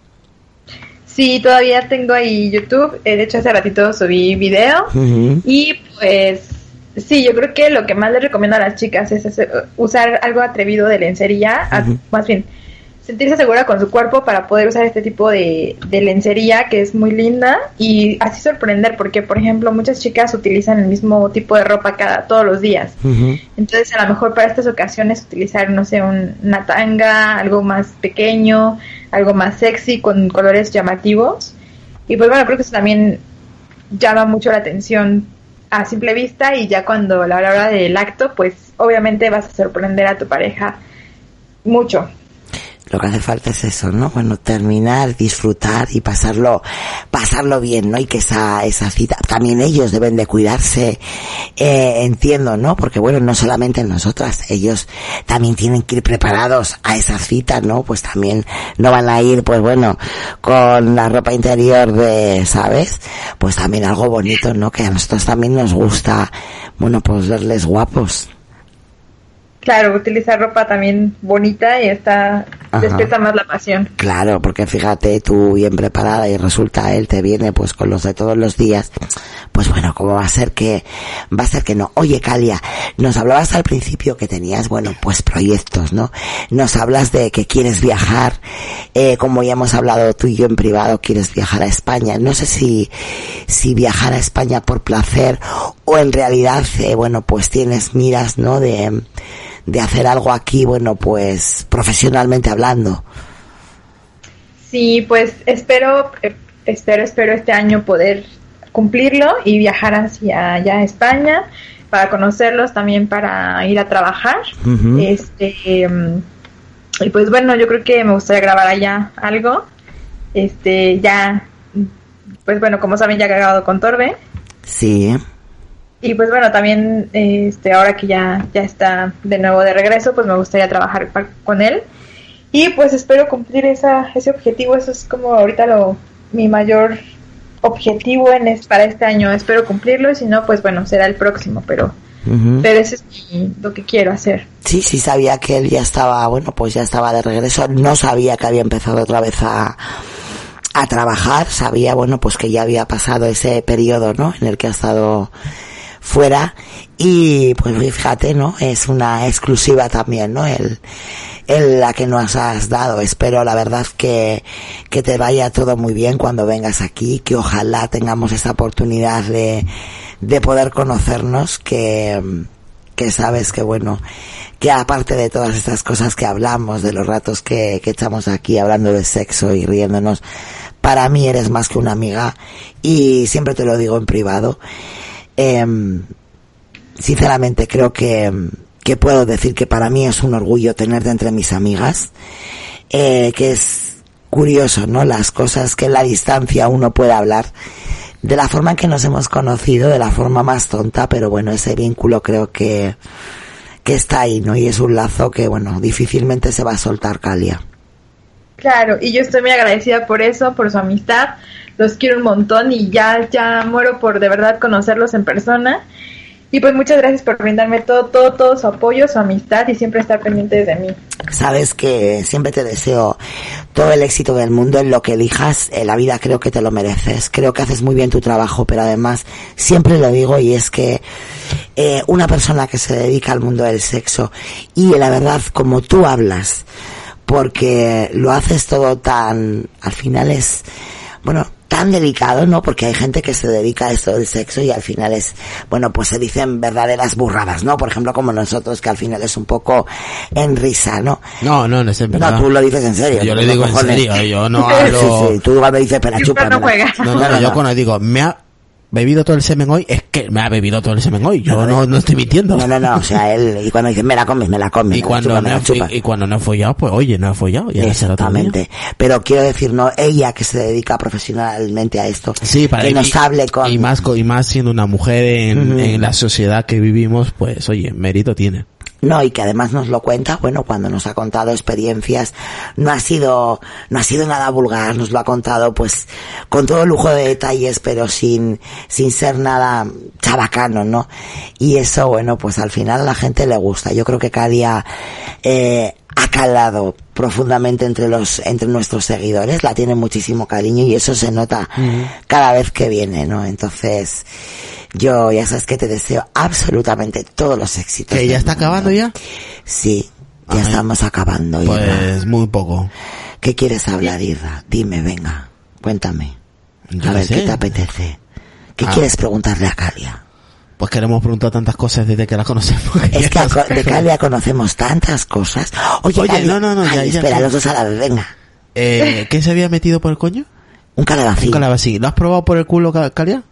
Sí, todavía tengo ahí YouTube. De hecho, hace ratito subí video. Uh-huh. Y pues, sí, yo creo que lo que más les recomiendo a las chicas es hacer, usar algo atrevido de lencería. Uh-huh. a, más bien, sentirse segura con su cuerpo para poder usar este tipo de, de lencería que es muy linda y así sorprender, porque por ejemplo muchas chicas utilizan el mismo tipo de ropa cada todos los días. Uh-huh. Entonces a lo mejor para estas ocasiones utilizar, no sé, un, una tanga, algo más pequeño, algo más sexy con colores llamativos, y pues bueno, creo que eso también llama mucho la atención a simple vista, y ya cuando a la hora del acto pues obviamente vas a sorprender a tu pareja mucho. Lo que hace falta es eso, ¿no? Bueno, terminar, disfrutar y pasarlo, pasarlo bien, ¿no? Y que esa, esa cita, también ellos deben de cuidarse, eh, entiendo, ¿no? Porque bueno, no solamente nosotras, ellos también tienen que ir preparados a esa cita, ¿no? Pues también no van a ir, pues bueno, con la ropa interior de, ¿sabes? Pues también algo bonito, ¿no? Que a nosotros también nos gusta, bueno, pues verles guapos. Claro, utilizar ropa también bonita y está despierta más la pasión. Claro, porque fíjate, tú bien preparada y resulta él te viene pues con los de todos los días, pues bueno, ¿cómo va a ser que, va a ser que no? Oye, Calia, nos hablabas al principio que tenías, bueno, pues proyectos, ¿no? Nos hablas de que quieres viajar, eh, como ya hemos hablado tú y yo en privado, quieres viajar a España. No sé si, si viajar a España por placer o en realidad, eh, bueno, pues tienes miras, ¿no? De, de hacer algo aquí, bueno, pues profesionalmente hablando. Sí, pues espero, espero, espero este año poder cumplirlo y viajar hacia allá a España para conocerlos, también para ir a trabajar. Uh-huh. Este, um, y pues bueno, yo creo que me gustaría grabar allá algo. Este, ya, pues bueno, como saben, ya he grabado con Torbe. Sí. Y pues bueno, también este ahora que ya ya está de nuevo de regreso, pues me gustaría trabajar pa- con él. Y pues espero cumplir esa ese objetivo. Eso es como ahorita lo mi mayor objetivo en es, para este año. Espero cumplirlo, y si no, pues bueno, será el próximo, pero uh-huh. pero eso es mi, lo que quiero hacer. Sí, sí sabía que él ya estaba, bueno, pues ya estaba de regreso. No sabía que había empezado otra vez a a trabajar. Sabía, bueno, pues que ya había pasado ese periodo, ¿no? En el que ha estado fuera, y pues fíjate, ¿no? Es una exclusiva también, ¿no? El, el la que nos has dado. Espero la verdad que, que te vaya todo muy bien cuando vengas aquí, que ojalá tengamos esta oportunidad de, de poder conocernos, que, que sabes que bueno, que aparte de todas estas cosas que hablamos, de los ratos que, que echamos aquí hablando de sexo y riéndonos, para mí eres más que una amiga, y siempre te lo digo en privado. Eh, sinceramente creo que, que puedo decir que para mí es un orgullo tenerte entre mis amigas, eh, que es curioso, ¿no? Las cosas que en la distancia uno puede hablar, de la forma en que nos hemos conocido, de la forma más tonta, pero bueno, ese vínculo creo que, que está ahí, ¿no? Y es un lazo que, bueno, difícilmente se va a soltar, Calia. Claro, y yo estoy muy agradecida por eso, por su amistad. Los quiero un montón y ya ya muero por de verdad conocerlos en persona. Y pues muchas gracias por brindarme todo, todo, todo su apoyo, su amistad y siempre estar pendientes de mí. Sabes que siempre te deseo todo el éxito del mundo en lo que elijas. En la vida creo que te lo mereces. Creo que haces muy bien tu trabajo, pero además siempre lo digo, y es que eh, una persona que se dedica al mundo del sexo, y la verdad como tú hablas, porque lo haces todo tan, al final es, bueno, tan delicado, ¿no? Porque hay gente que se dedica a esto del sexo y al final es, bueno, pues se dicen verdaderas burradas, ¿no? Por ejemplo, como nosotros, que al final es un poco en risa, ¿no? No, no, no es en verdad. No, tú lo dices en serio. Yo le digo en serio, yo no hablo... Sí, sí, tú igual me dices, pero chupa. No juega. No, no, no, yo cuando digo, me ha... bebido todo el semen hoy, es que me ha bebido todo el semen hoy. Yo no, no, no estoy mintiendo. No, no, no, o sea, él, y cuando dice, me la comes, me la comes. Y cuando, chupa, no he, y, y cuando no he follado, pues oye, no he follado. Y exactamente. Pero quiero decir, no, ella que se dedica profesionalmente a esto, sí, para que y, nos hable con... Y más, y más siendo una mujer en, uh-huh. en la sociedad que vivimos, pues oye, mérito tiene. No, y que además nos lo cuenta, bueno, cuando nos ha contado experiencias, no ha sido, no ha sido nada vulgar, nos lo ha contado pues con todo lujo de detalles, pero sin, sin ser nada chabacano, ¿no? Y eso, bueno, pues al final a la gente le gusta. Yo creo que Calia, eh, ha calado profundamente entre los, entre nuestros seguidores, la tiene muchísimo cariño y eso se nota uh-huh. cada vez que viene, ¿no? Entonces, yo ya sabes que te deseo absolutamente todos los éxitos. ¿Que ya está mundo. Acabando ya? Sí, ya Ay, estamos acabando. Pues Irra. Muy poco. ¿Qué quieres hablar, Irra? Dime, venga, cuéntame. Yo a ver, sé. ¿qué te apetece? ¿Qué ah. quieres preguntarle a Calia? Pues queremos preguntar tantas cosas desde que la conocemos. Es que co- de Calia conocemos tantas cosas. Oye, Oye Calia, no, no, no. ay, ya, espera, ya, los dos a la vez, venga. Eh, ¿Qué se había metido por el coño? Un calabacín. Un calabacín. ¿Lo has probado por el culo, Calia?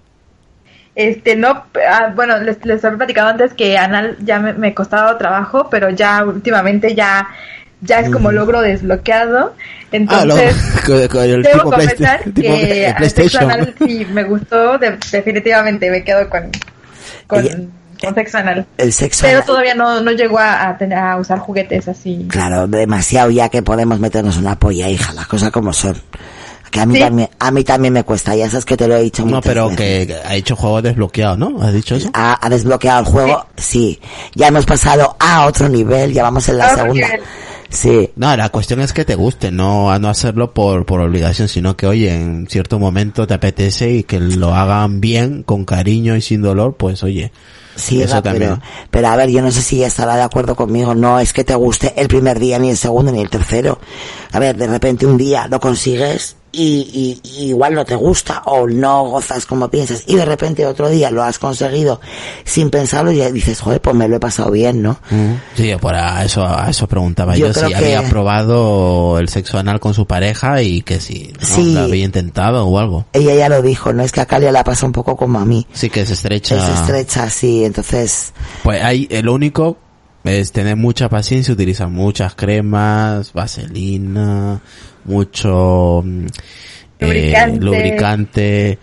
Este, no, ah, bueno, les, les había platicado antes que anal ya me, me costaba trabajo, pero ya últimamente ya, ya es como mm. logro desbloqueado. Entonces, ah, lo, con el debo tipo confesar Playsta- que tipo sexo anal sí me gustó, de, definitivamente me quedo con, con, Ella, con sexo anal. El sexo pero anal. todavía no, no llego a, a, tener, a usar juguetes así. Claro, demasiado ya que podemos meternos una polla, hija, las cosas como son. Que a mí, ¿sí? también, a mí también me cuesta, ya sabes que te lo he dicho muchas No, pero veces. que ha hecho juego desbloqueado, ¿no? ¿Has dicho eso? Ha, ha desbloqueado el juego, sí. sí. Ya hemos pasado a otro nivel, ya vamos en la a segunda. Sí. No, la cuestión es que te guste, no a no hacerlo por por obligación, sino que, oye, en cierto momento te apetece y que lo hagan bien, con cariño y sin dolor, pues oye. Sí, eso va, también. Pero, pero a ver, yo no sé si ella estará de acuerdo conmigo. No es que te guste el primer día, ni el segundo, ni el tercero. A ver, de repente un día lo consigues y, y, y igual no te gusta o no gozas como piensas y de repente otro día lo has conseguido sin pensarlo y ya dices, joder, pues me lo he pasado bien, ¿no? Mm. Sí, por a eso, a eso preguntaba yo, yo si que... había probado el sexo anal con su pareja y que si ¿no? sí. lo había intentado o algo. Ella ya lo dijo, no es que a Calia la pasa un poco como a mí. Sí, que se estrecha. Se estrecha, sí, entonces... Pues hay, el único es tener mucha paciencia, utilizar muchas cremas, vaselina, mucho lubricante, eh, lubricante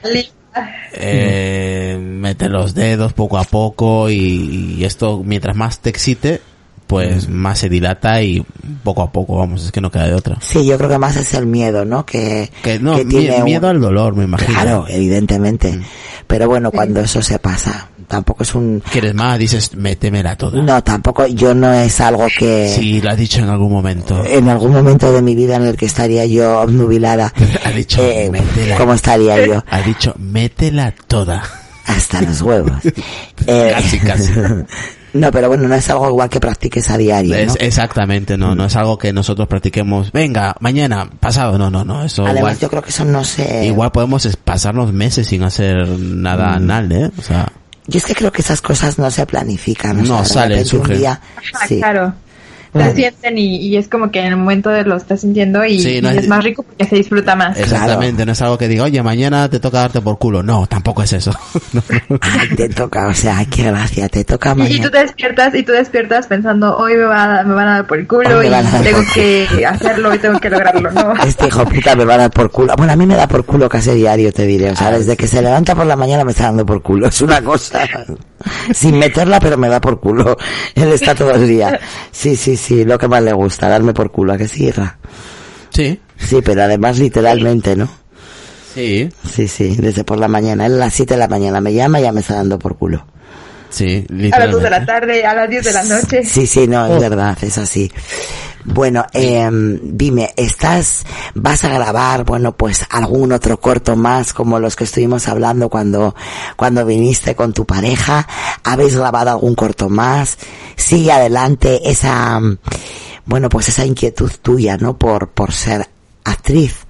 eh, meter los dedos poco a poco y, y esto mientras más te excite pues más se dilata y poco a poco, vamos, es que no queda de otra. Sí, yo creo que más es el miedo, ¿no? Que, que no, que tiene miedo un... al dolor, me imagino. Claro, evidentemente. Mm. Pero bueno, cuando eso se pasa, tampoco es un... ¿Quieres más? Dices, métemela toda. No, tampoco, yo no es algo que... Sí, lo has dicho en algún momento. En algún momento de mi vida en el que estaría yo obnubilada. Ha dicho, eh, métela. ¿Cómo estaría yo? Ha dicho, métela toda. Hasta los huevos. eh, casi, casi. No, pero bueno, no es algo igual que practiques a diario, ¿no? Es, exactamente, no, no es algo que nosotros practiquemos, venga, mañana, pasado, no, no, no, eso además igual, yo creo que eso no se... Igual podemos pasarnos meses sin hacer nada mm. anal, ¿eh? O sea... Yo es que creo que esas cosas no se planifican, o no, sea, salen, surgen. Un día, sí. Claro. Se mm. sienten y, y es como que en el momento de lo estás sintiendo y, sí, no y es, es más rico porque se disfruta más. Exactamente, claro. No es algo que diga, oye, mañana te toca darte por culo. No, tampoco es eso. No. Ay, te toca, o sea, qué gracia, te toca mañana. Y tú te despiertas y tú despiertas pensando, hoy me, va a, me van a dar por el culo y tengo que hacerlo y tengo que lograrlo, ¿no? Este hijo puta me va a dar por culo. Bueno, a mí me da por culo casi diario, te diré. O sea, desde que se levanta por la mañana me está dando por culo. Es una cosa... Sin meterla, pero me da por culo. Él está todo el día. Sí, sí, sí, lo que más le gusta, darme por culo, ¿a que sí, Ra? Sí. Sí, pero además literalmente, ¿no? Sí. Sí, sí, desde por la mañana. Él a las siete de la mañana me llama y ya me está dando por culo. Sí, literalmente. A las dos de la tarde, a las diez de la noche. Sí, sí, no, es oh. verdad, es así. Bueno, eh, dime, ¿estás, vas a grabar, bueno, pues algún otro corto más como los que estuvimos hablando cuando, cuando viniste con tu pareja? ¿Habéis grabado algún corto más? Sigue adelante esa, bueno, pues esa inquietud tuya, ¿no? Por, por ser actriz.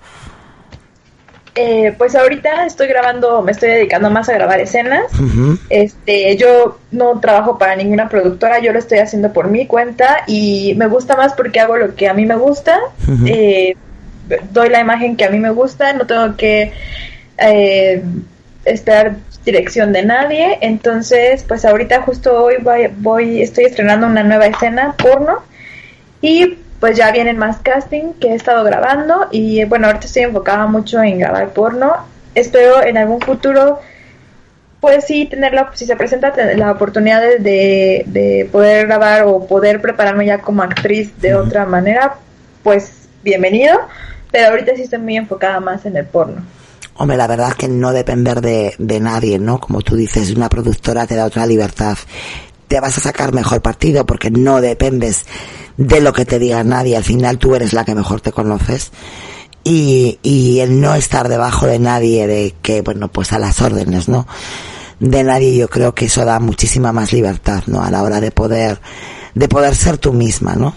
Eh, pues ahorita estoy grabando, me estoy dedicando más a grabar escenas. Uh-huh. Este, yo no trabajo para ninguna productora, yo lo estoy haciendo por mi cuenta y me gusta más porque hago lo que a mí me gusta. Uh-huh. Eh, doy la imagen que a mí me gusta, no tengo que eh, esperar dirección de nadie. Entonces, pues ahorita justo hoy voy, voy estoy estrenando una nueva escena porno y pues ya vienen más casting que he estado grabando y bueno, ahorita estoy enfocada mucho en grabar porno. Espero en algún futuro pues sí tener la, si se presenta la oportunidad de, de, de poder grabar o poder prepararme ya como actriz de uh-huh. otra manera, pues bienvenido, pero ahorita sí estoy muy enfocada más en el porno. Hombre, la verdad es que no depender de, de nadie, ¿no? Como tú dices, una productora te da otra libertad. Te vas a sacar mejor partido porque no dependes de lo que te diga nadie. Al final tú eres la que mejor te conoces. Y, y el no estar debajo de nadie, de que, bueno, pues a las órdenes, ¿no? De nadie, yo creo que eso da muchísima más libertad, ¿no? A la hora de poder, de poder ser tú misma, ¿no?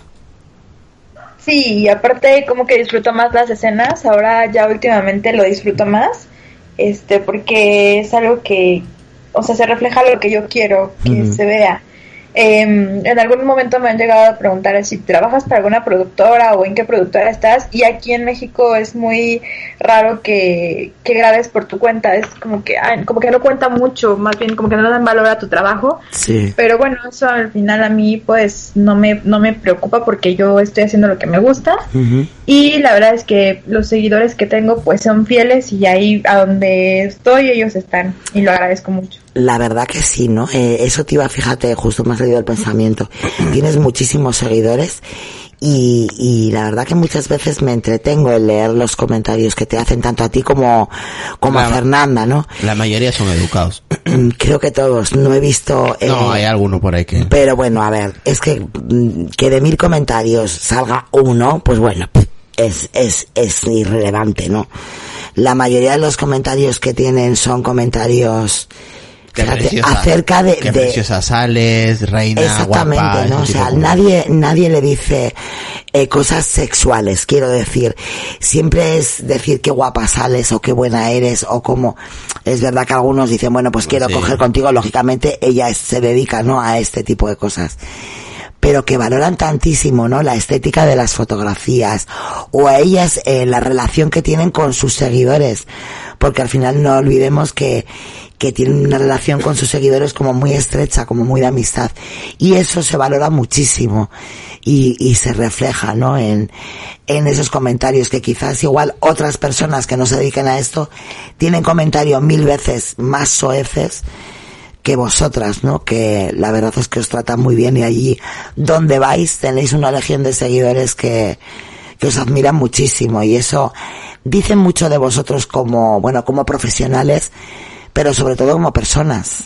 Sí, y aparte como que disfruto más las escenas, ahora ya últimamente lo disfruto más, este, porque es algo que, o sea, se refleja lo que yo quiero que uh-huh. se vea. Eh, en algún momento me han llegado a preguntar si trabajas para alguna productora o en qué productora estás, y aquí en México es muy raro que, que grabes por tu cuenta, es como que ay, como que no cuenta mucho, más bien como que no dan valor a tu trabajo. Sí. Pero bueno, eso al final a mí pues no me no me preocupa porque yo estoy haciendo lo que me gusta uh-huh. y la verdad es que los seguidores que tengo pues son fieles y ahí a donde estoy ellos están y lo agradezco mucho. La verdad que sí, ¿no? Eh, eso te iba, fíjate, justo me has leído el pensamiento. Tienes muchísimos seguidores y, y la verdad que muchas veces me entretengo en leer los comentarios que te hacen tanto a ti como, como la, a Fernanda, ¿no? La mayoría son educados. Creo que todos. No he visto... Eh, no, hay alguno por ahí que... Pero bueno, a ver, es que que de mil comentarios salga uno, pues bueno, es, es, es irrelevante, ¿no? La mayoría de los comentarios que tienen son comentarios... Qué preciosa, acerca de, qué de preciosa sales, reina, exactamente, guapa, ¿no? O sea, nadie, nadie le dice eh, cosas sexuales, quiero decir. Siempre es decir qué guapa sales o qué buena eres o cómo. Es verdad que algunos dicen, bueno, pues quiero sí. coger contigo, lógicamente ella es, se dedica, ¿no? A este tipo de cosas. Pero que valoran tantísimo, ¿no? La estética de las fotografías o a ellas eh, la relación que tienen con sus seguidores, porque al final no olvidemos que que tienen una relación con sus seguidores como muy estrecha, como muy de amistad, y eso se valora muchísimo y, y se refleja, ¿no? En, en esos comentarios que quizás igual otras personas que no se dediquen a esto tienen comentarios mil veces más soeces que vosotras, ¿no? Que la verdad es que os tratan muy bien y allí donde vais tenéis una legión de seguidores que, que os admiran muchísimo y eso dice mucho de vosotros como, bueno, como profesionales, pero sobre todo como personas.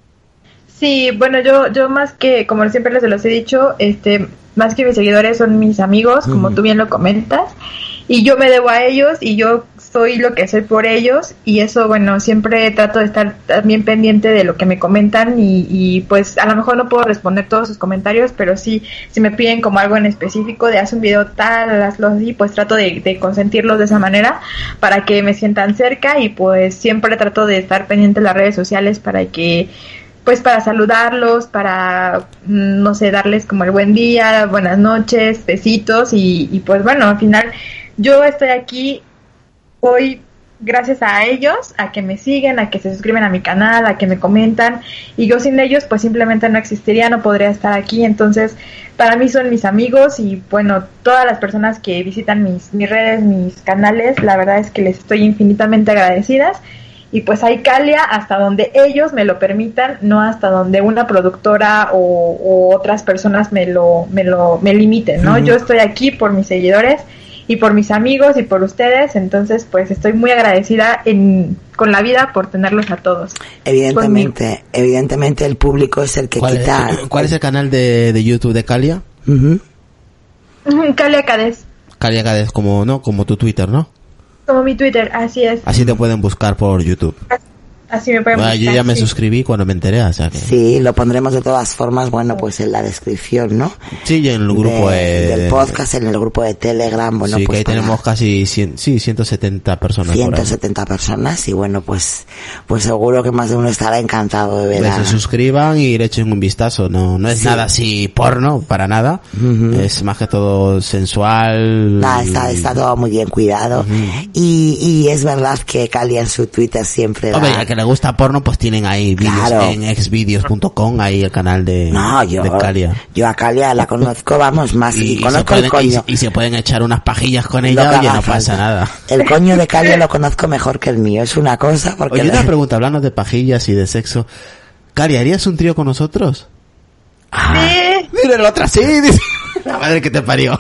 Sí, bueno, yo yo más que, como siempre les los he dicho, este, más que mis seguidores son mis amigos, como uh-huh. tú bien lo comentas, y yo me debo a ellos y yo soy lo que soy por ellos, y eso, bueno, siempre trato de estar también pendiente de lo que me comentan y, y pues a lo mejor no puedo responder todos sus comentarios, pero sí, si me piden como algo en específico de haz un video tal, hazlo así, pues trato de, de consentirlos de esa manera para que me sientan cerca y pues siempre trato de estar pendiente de las redes sociales para que pues para saludarlos, para, no sé, darles como el buen día, buenas noches, besitos y, y pues bueno, al final yo estoy aquí hoy gracias a ellos, a que me siguen, a que se suscriben a mi canal, a que me comentan, y yo sin ellos pues simplemente no existiría, no podría estar aquí. Entonces para mí son mis amigos y bueno, todas las personas que visitan mis, mis redes, mis canales, la verdad es que les estoy infinitamente agradecidas. Y pues hay Calia hasta donde ellos me lo permitan, no hasta donde una productora o, o otras personas me lo, me lo, me limiten, ¿no? Uh-huh. Yo estoy aquí por mis seguidores y por mis amigos y por ustedes, entonces pues estoy muy agradecida en, con la vida por tenerlos a todos. Evidentemente, conmigo. Evidentemente el público es el que ¿Cuál quita. Es, ¿Cuál es el canal de, de YouTube de Calia? Uh-huh. Calia Cades. Calia Cades, como, ¿no? Como tu Twitter, ¿no? Como mi Twitter, así es. Así te pueden buscar por YouTube. Así me pueden bueno, buscar. Yo ya me sí. suscribí cuando me enteré, o sea que... Sí, lo pondremos de todas formas, bueno, pues en la descripción, ¿no? Sí, y en el grupo de, de, del podcast, en el grupo de Telegram, bueno, sí, pues que ahí para... tenemos casi cien, sí, ciento setenta personas. ciento setenta personas y bueno, pues pues seguro que más de uno estará encantado de ver. Que a... se suscriban y le echen un vistazo, no no es sí. nada así porno, para nada, uh-huh. es más que todo sensual. Nada, está, está todo muy bien cuidado uh-huh. y, y es verdad que Calia en su Twitter siempre da... Hombre, ya que que les gusta porno, pues tienen ahí vídeos Claro. en exvideos punto com, ahí el canal de, No, yo, de Calia. yo a Calia la conozco, vamos, más, y, Y, y se conozco pueden, el coño. y, y se pueden echar unas pajillas con Lo ella, que oye, haga no pasa falta. nada. El coño de Calia lo conozco mejor que el mío, es una cosa, porque... Oye, la- una pregunta, hablando de pajillas y de sexo. Calia, ¿harías un trío con nosotros? Sí. Mira la otra, sí, dice. La madre que te parió.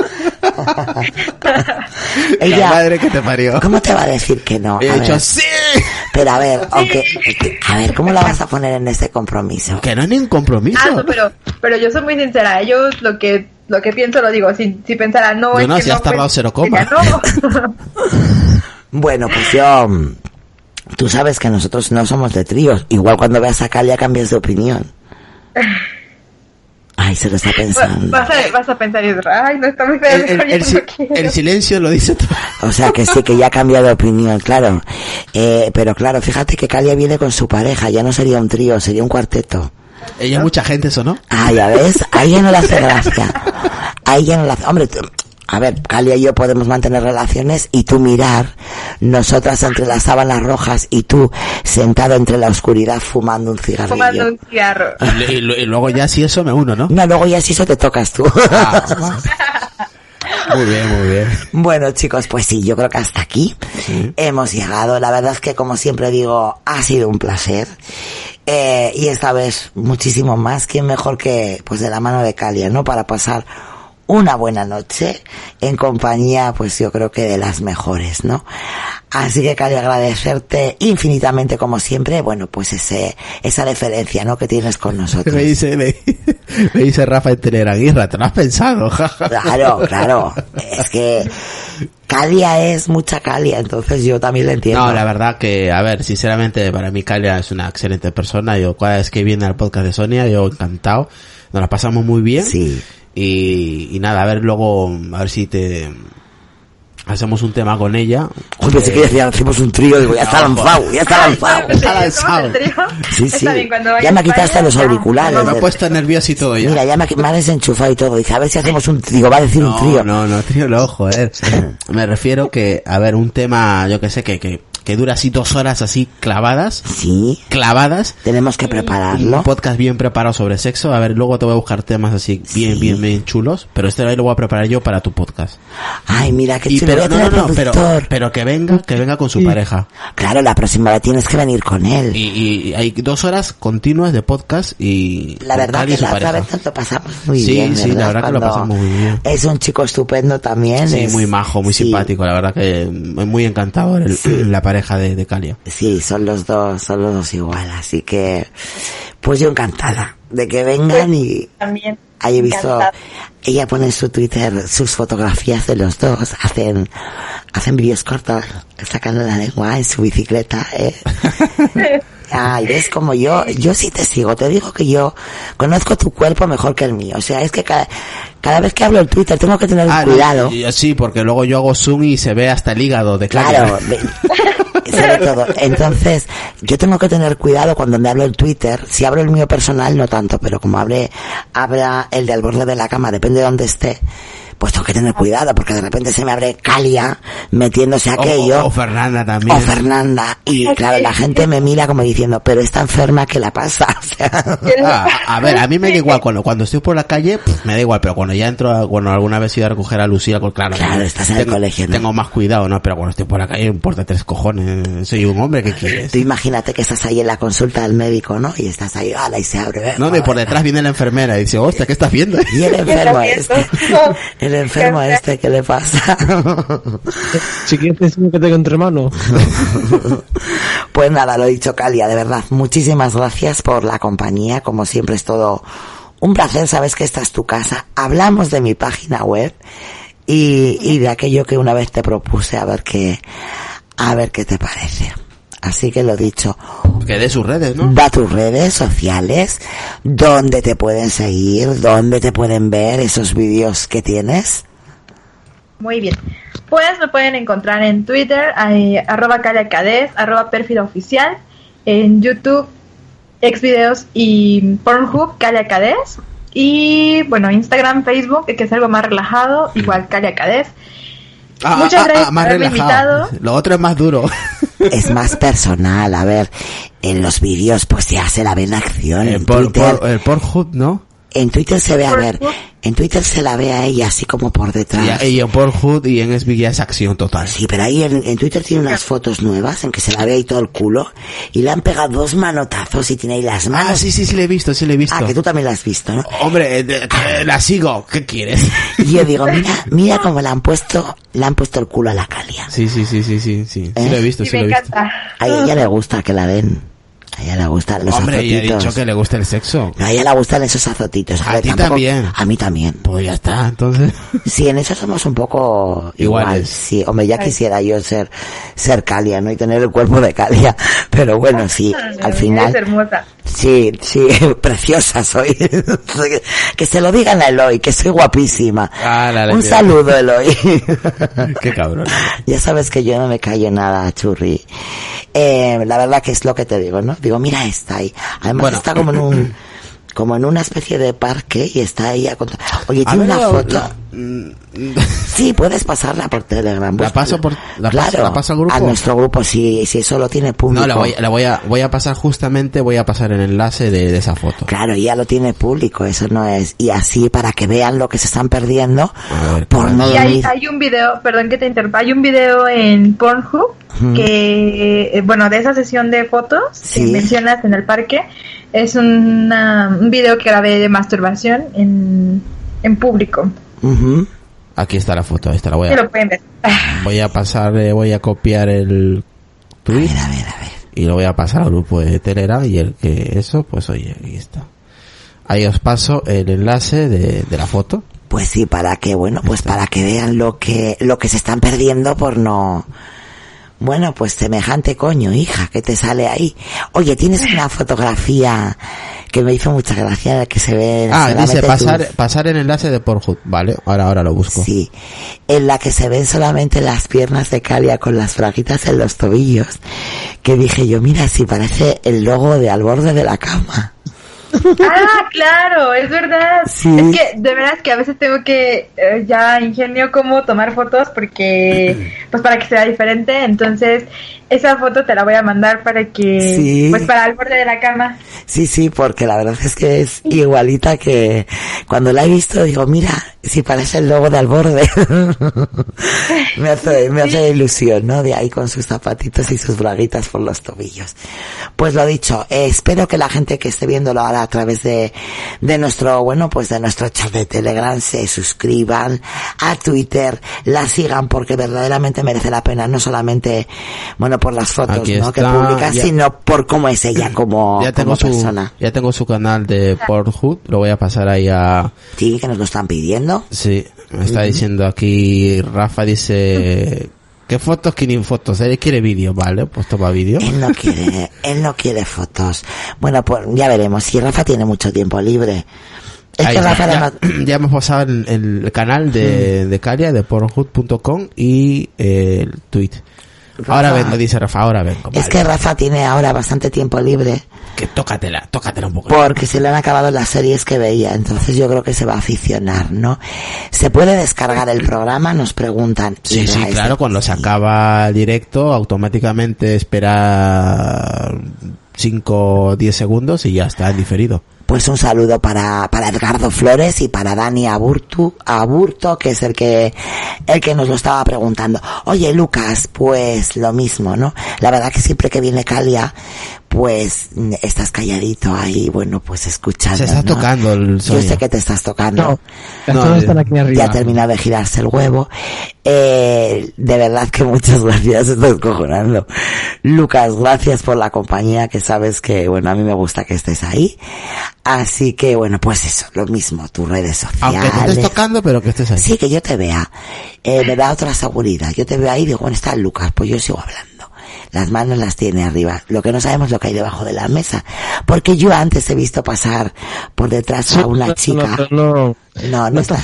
Ella- La madre que te parió. ¿Cómo te va a decir que no? He A dicho ver, sí. pero a ver, aunque, a ver, ¿cómo la vas a poner en ese compromiso? Que no es ni un compromiso. Ah, no, pero, pero yo soy muy sincera. Yo lo que, lo que pienso lo digo. Si, si pensara, no, No, es no, que si no, has tardado pues, cero coma. diría, no. Bueno, pues yo, mm, tú sabes que nosotros no somos de tríos. Igual cuando veas a Calia cambias de opinión. Ay, se lo está pensando. Vas a, vas a pensar, y dices, ay, no está muy feo. El, el- mejor ya el no si- quiero. el silencio lo dice todo. O sea que sí, que ya cambia de opinión, claro. Eh, pero claro, fíjate que Calia viene con su pareja, ya no sería un trío, sería un cuarteto. Ella es mucha gente, eso, ¿no? Ah, ya ves, ahí ya no le hace gracia. Ahí ya no le hace... Hombre, tú- a ver, Calia y yo podemos mantener relaciones y tú mirar, nosotras entre las sábanas rojas y tú sentado entre la oscuridad fumando un cigarrillo. Fumando un cigarro. Y, le- y lo- y luego ya si eso me uno, ¿no? No, luego ya si eso te tocas tú. Ah. Muy bien, muy bien. Bueno, chicos, pues sí, yo creo que hasta aquí hemos llegado. La verdad es que, como siempre digo, ha sido un placer. Eh, y esta vez muchísimo más. ¿Quién mejor que, pues, de la mano de Calia, ¿no? Para pasar una buena noche en compañía, pues yo creo que de las mejores, ¿no? Así que, Calia, agradecerte infinitamente, como siempre, bueno, pues ese, esa deferencia, ¿no? Que tienes con nosotros. Me dice, me, me dice Rafa en Telegram, ¿te lo has pensado? Claro, claro. Es que Calia es mucha Calia, entonces yo también la entiendo. No, la verdad que, a ver, sinceramente, para mí Calia es una excelente persona. Yo, cada vez que viene al podcast de Sonia, yo encantado. Nos la pasamos muy bien. Sí. Y, y nada, a ver luego, a ver si te... hacemos un tema con ella. Uy, pensé que decía, hacemos un trío, digo, ya está lanzado, ya está lanzado. Ay, Está ¿cómo lanzado. te digo? Sí, sí. Está bien, cuando vaya Ya me a ha quitado hasta España, los ya. auriculares. Me he puesto nervioso y todo ya. Mira, ya me, ha- me ha desenchufado y todo. Dice, a ver si hacemos un trío, va a decir un trío. No, no, no, trío no, joder. Me refiero que, a ver, un tema, yo que sé, que, que, que dura así dos horas así clavadas, Sí, clavadas. tenemos que prepararlo. Un podcast bien preparado sobre sexo. A ver, luego te voy a buscar temas así bien, Sí. bien, bien chulos. Pero este ahí lo voy a preparar yo para tu podcast. Ay, mira, qué Y chulo. Voy pero, a no, traer no, no, pero, productor. pero que venga, que venga con su pareja. Claro, la próxima vez tienes que venir con él. Y, y hay dos horas continuas de podcast y La con verdad Cali y que su la otra pareja. vez nos lo pasamos muy Sí, bien. sí, la verdad que lo Cuando pasamos muy bien. Es un chico estupendo también. Sí, es- muy majo, muy sí, simpático, la verdad que es muy encantador el- la pareja de, de Calia. Sí, son los dos, son los dos igual, así que, pues yo encantada de que vengan y También. ahí he visto, encantada. ella pone en su Twitter sus fotografías de los dos, hacen, hacen vídeos cortos, sacando la lengua en su bicicleta, eh. Ay, ves como yo, yo sí te sigo, te digo que yo conozco tu cuerpo mejor que el mío, o sea, es que cada, cada vez que hablo en Twitter tengo que tener Ah, no, cuidado. y- y- sí, porque luego yo hago zoom y se ve hasta el hígado de Calia. Claro, ve- sobre todo. Entonces, yo tengo que tener cuidado cuando me hablo el Twitter. Si abro el mío personal, no tanto, pero como abre, abra el de al borde de la cama, depende de dónde esté, pues tengo que tener cuidado, porque de repente se me abre Calia metiéndose O- aquello. O, o Fernanda también. O Fernanda, y claro, la gente me mira como diciendo, pero está enferma, ¿qué la pasa? O sea, Ah, a ver, a mí me da igual, cuando, cuando estoy por la calle, pff, me da igual, pero cuando ya entro, a- cuando alguna vez he ido a recoger a Lucía, pues claro, Claro, tengo- estás en el tengo, colegio, ¿no? tengo más cuidado, ¿no? Pero cuando estoy por la calle, me importa tres cojones, soy un hombre, ¿qué quieres? tú imagínate que estás ahí en la consulta del médico, ¿no? Y estás ahí, ala, y se abre. No, no, y por detrás viene la enfermera y dice, hostia, ¿qué estás viendo? Y el enfermo Qué este, gracioso. el enfermo Qué este, ¿qué le pasa? Si quieres te enseño que tengo entre manos. Pues nada, lo dicho, Calia, de verdad, muchísimas gracias por la compañía, como siempre es todo un placer, sabes que esta es tu casa. Hablamos de mi página web y, y de aquello que una vez te propuse, a ver qué, a ver qué te parece. Así que lo dicho, Que de sus redes, ¿no? da tus redes sociales, dónde te pueden seguir, dónde te pueden ver esos vídeos que tienes. Muy bien. Pues me pueden encontrar en Twitter, eh, arroba caliacades, arroba perfil oficial, en YouTube, Xvideos y Pornhub, caliacades, y bueno, Instagram, Facebook, que es algo más relajado, igual caliacades. Ah, Muchas ah, gracias ah, más por haberme relajado. invitado. Lo otro es más duro. Es más personal, a ver, en los vídeos pues ya se la ve en acción. El En por, Twitter, por- el Pornhub, ¿no? en Twitter se ve, a Por- ver, en Twitter se la ve a ella así como por detrás. Y, y en Pornhub y en S B ya es acción total. Sí, pero ahí en, en Twitter tiene unas fotos nuevas en que se la ve ahí todo el culo y le han pegado dos manotazos y tiene ahí las manos. Ah, sí, sí, sí, le he visto, sí, le he visto. Ah, que tú también la has visto, ¿no? Hombre, eh, de- de- la sigo, ¿qué quieres? Y yo digo, mira, mira cómo le han puesto, le han puesto el culo a la Calia. Sí, sí, sí, sí, sí, sí, ¿Eh? sí lo he visto, Sí, sí me lo he visto. encanta. A ella le gusta que la den. A ella le gustan los Hombre, y he azotitos. dicho que le gusta el sexo. No, a ella le gustan esos azotitos. A ver, ti tampoco- también. A mí también. Pues ya está, entonces. Sí, en eso somos un poco igual. Iguales. Sí, hombre, ya quisiera yo ser, ser Calia, ¿no? Y tener el cuerpo de Calia. Pero bueno, sí, al final. Es hermosa. Sí, sí, preciosa soy. Que se lo digan a Eloy, que soy guapísima. Ah, la Un leche. saludo, Eloy. Qué cabrón. Ya sabes que yo no me callo nada, churri. Eh, la verdad que es lo que te digo, ¿no? Digo, mira esta ahí. Además Bueno. está como en un, como en una especie de parque y está ahí a contar. Oye, A tiene ver, una la- foto. la- mm, Sí, puedes pasarla por Telegram. ¿La Pues, paso por- la claro, paso- la paso al grupo? A nuestro grupo, si, si eso lo tiene público. No, la voy, la voy a, voy a pasar justamente, voy a pasar el enlace de, de esa foto. Claro, ya lo tiene público, eso no es. Y así para que vean lo que se están perdiendo A ver, por no Y hay, venir. hay un video, perdón que te interrumpa, hay un video en Pornhub Ujú. que, eh, bueno, de esa sesión de fotos Sí. que mencionas en el parque, es una, un video que grabé de masturbación en, en público. Ujú. Aquí está la foto, esta la voy Sí a, lo pueden ver. voy a pasar, eh, voy a copiar el A tweet ver, a ver, a ver. y lo voy a pasar al grupo de Telegram y el que eso, pues oye, ahí está. Ahí os paso el enlace de, de la foto. Pues sí, para que, bueno, pues para que vean lo que, lo que se están perdiendo por no, bueno, pues semejante coño, hija, que te sale ahí. Oye, tienes una fotografía que me hizo mucha gracia, en la que se ve Ah, solamente dice pasar, tus- pasar el enlace de Pornhub, vale, ahora, ahora lo busco. Sí, en la que se ven solamente las piernas de Calia con las braguitas en los tobillos, que dije yo, mira, si parece el logo de Al Borde de la Cama. Ah, claro, es verdad. Sí. Es que de verdad que a veces tengo que eh, ya ingenio cómo tomar fotos porque pues para que sea diferente, entonces esa foto te la voy a mandar para que Sí. pues para el borde de la cama. Sí, sí, porque la verdad es que es igualita que cuando la he visto digo, mira, si parece el logo de Al Borde. me hace, me hace ilusión, ¿no? De ahí con sus zapatitos y sus braguitas por los tobillos. Pues lo dicho, eh, espero que la gente que esté viéndolo ahora a través de, de nuestro, bueno, pues de nuestro chat de Telegram se suscriban a Twitter, la sigan porque verdaderamente merece la pena, no solamente, bueno, por las fotos, Aquí ¿no? Que está, publica, ya- sino por cómo es ella como, ya tengo como su, persona. ya tengo su canal de Pornhub, lo voy a pasar ahí a, Sí, que nos lo están pidiendo. sí, me está diciendo aquí, Rafa dice, ¿qué fotos? Que ni fotos, él quiere vídeo, vale, pues toma vídeo. Él no quiere, él no quiere fotos. Bueno, pues ya veremos. Si Rafa tiene mucho tiempo libre. Es Ahí que está, Rafa ya, además- ya hemos pasado el, el canal de, de Calia, de pornhub punto com y eh, el tweet. Ahora Rafa- vengo, dice Rafa, ahora vengo. es vale. que Rafa tiene ahora bastante tiempo libre Que tócatela, tócatela un poco. porque se le han acabado las series que veía, entonces yo creo que se va a aficionar, ¿no? ¿Se puede descargar el programa? Nos preguntan. Sí, Y sí, Ra- claro, cuando se acaba el directo, automáticamente espera cinco o diez segundos y ya está en diferido. Pues un saludo para, para Edgardo Flores y para Dani Aburtu, Aburto, que es el que, el que nos lo estaba preguntando. Oye, Lucas, pues lo mismo, ¿no? La verdad que siempre que viene Calia, pues estás calladito ahí, bueno, pues escuchando, Se está ¿no? tocando el Yo sonido. sé que te estás tocando. No, las No, cosas eh, están aquí arriba. Ya ha terminado de girarse el huevo. Eh, de verdad que muchas gracias, estoy cojonando. Lucas, gracias por la compañía, que sabes que, bueno, a mí me gusta que estés ahí. Así que, bueno, pues eso, lo mismo, tus redes sociales. Aunque te estés tocando, pero que estés ahí. Sí, que yo te vea. Eh, me da otra seguridad. Yo te veo ahí y digo, ¿dónde está Lucas? Pues yo sigo hablando. Las manos las tiene arriba. Lo que no sabemos es lo que hay debajo de la mesa. Porque yo antes he visto pasar por detrás a una chica. No, no, No, no, no está está, fino.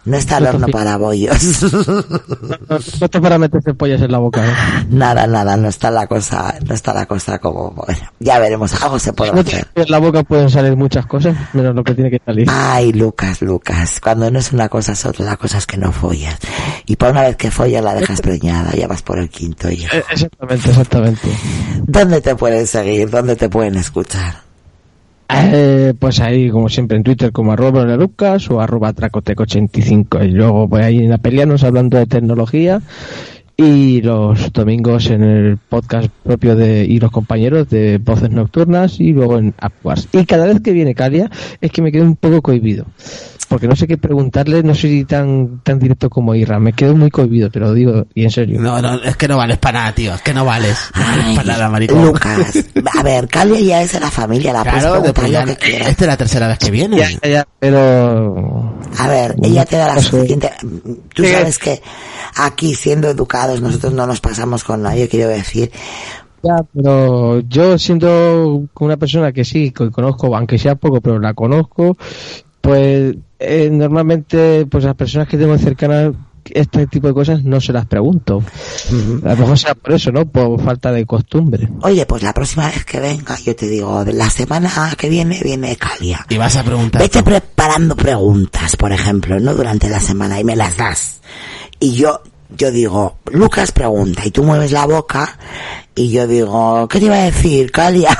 No está el horno para bollos. No, no está para meterse pollas en la boca, ¿eh? Nada, nada, no está la cosa, no está la cosa como, bueno, ya veremos, algo se puede hacer. En la boca pueden salir muchas cosas, menos lo que tiene que salir. Ay, Lucas, Lucas, cuando no es una cosa es otra, la cosa es que no follas. Y para una vez que follas la dejas preñada, ya vas por el quinto hijo. Exactamente, exactamente. ¿Dónde te pueden seguir? ¿Dónde te pueden escuchar? Eh, pues ahí, como siempre, en Twitter como arroba Lucas o arroba Tracoteco ochenta y cinco. Y luego pues ahí en Apelianos hablando de tecnología. Y los domingos en el podcast propio de y los compañeros de Voces Nocturnas y luego en Upwards. Y cada vez que viene Calia es que me quedo un poco cohibido. Porque no sé qué preguntarle, no soy tan tan directo como Irra, me quedo muy cohibido, te lo digo, y en serio. No, no, es que no vales para nada, tío, es que no vales. No Ay, vales para nada, maricón. Lucas, a ver, Calia ya es de la familia, la puedes Claro, preguntar después lo ya, que quieras. esta es la tercera vez que viene. Ya, ya, pero... A ver, ella te da la No sé. suficiente... Tú Sí. sabes que aquí, siendo educados, nosotros no nos pasamos con nadie, quiero decir. Ya, pero yo siendo una persona que sí, que conozco, aunque sea poco, pero la conozco, pues eh, normalmente pues las personas que tengo cercanas este tipo de cosas no se las pregunto. Uh-huh. A lo mejor sea por eso, ¿no? Por falta de costumbre. Oye, pues la próxima vez que venga, yo te digo, la semana que viene, viene Calia. Y vas a preguntar. Vete preparando preguntas, por ejemplo, ¿no? Durante la semana y me las das. Y yo, yo digo, Lucas pregunta, y tú mueves la boca, y yo digo, ¿qué te iba a decir, Calia?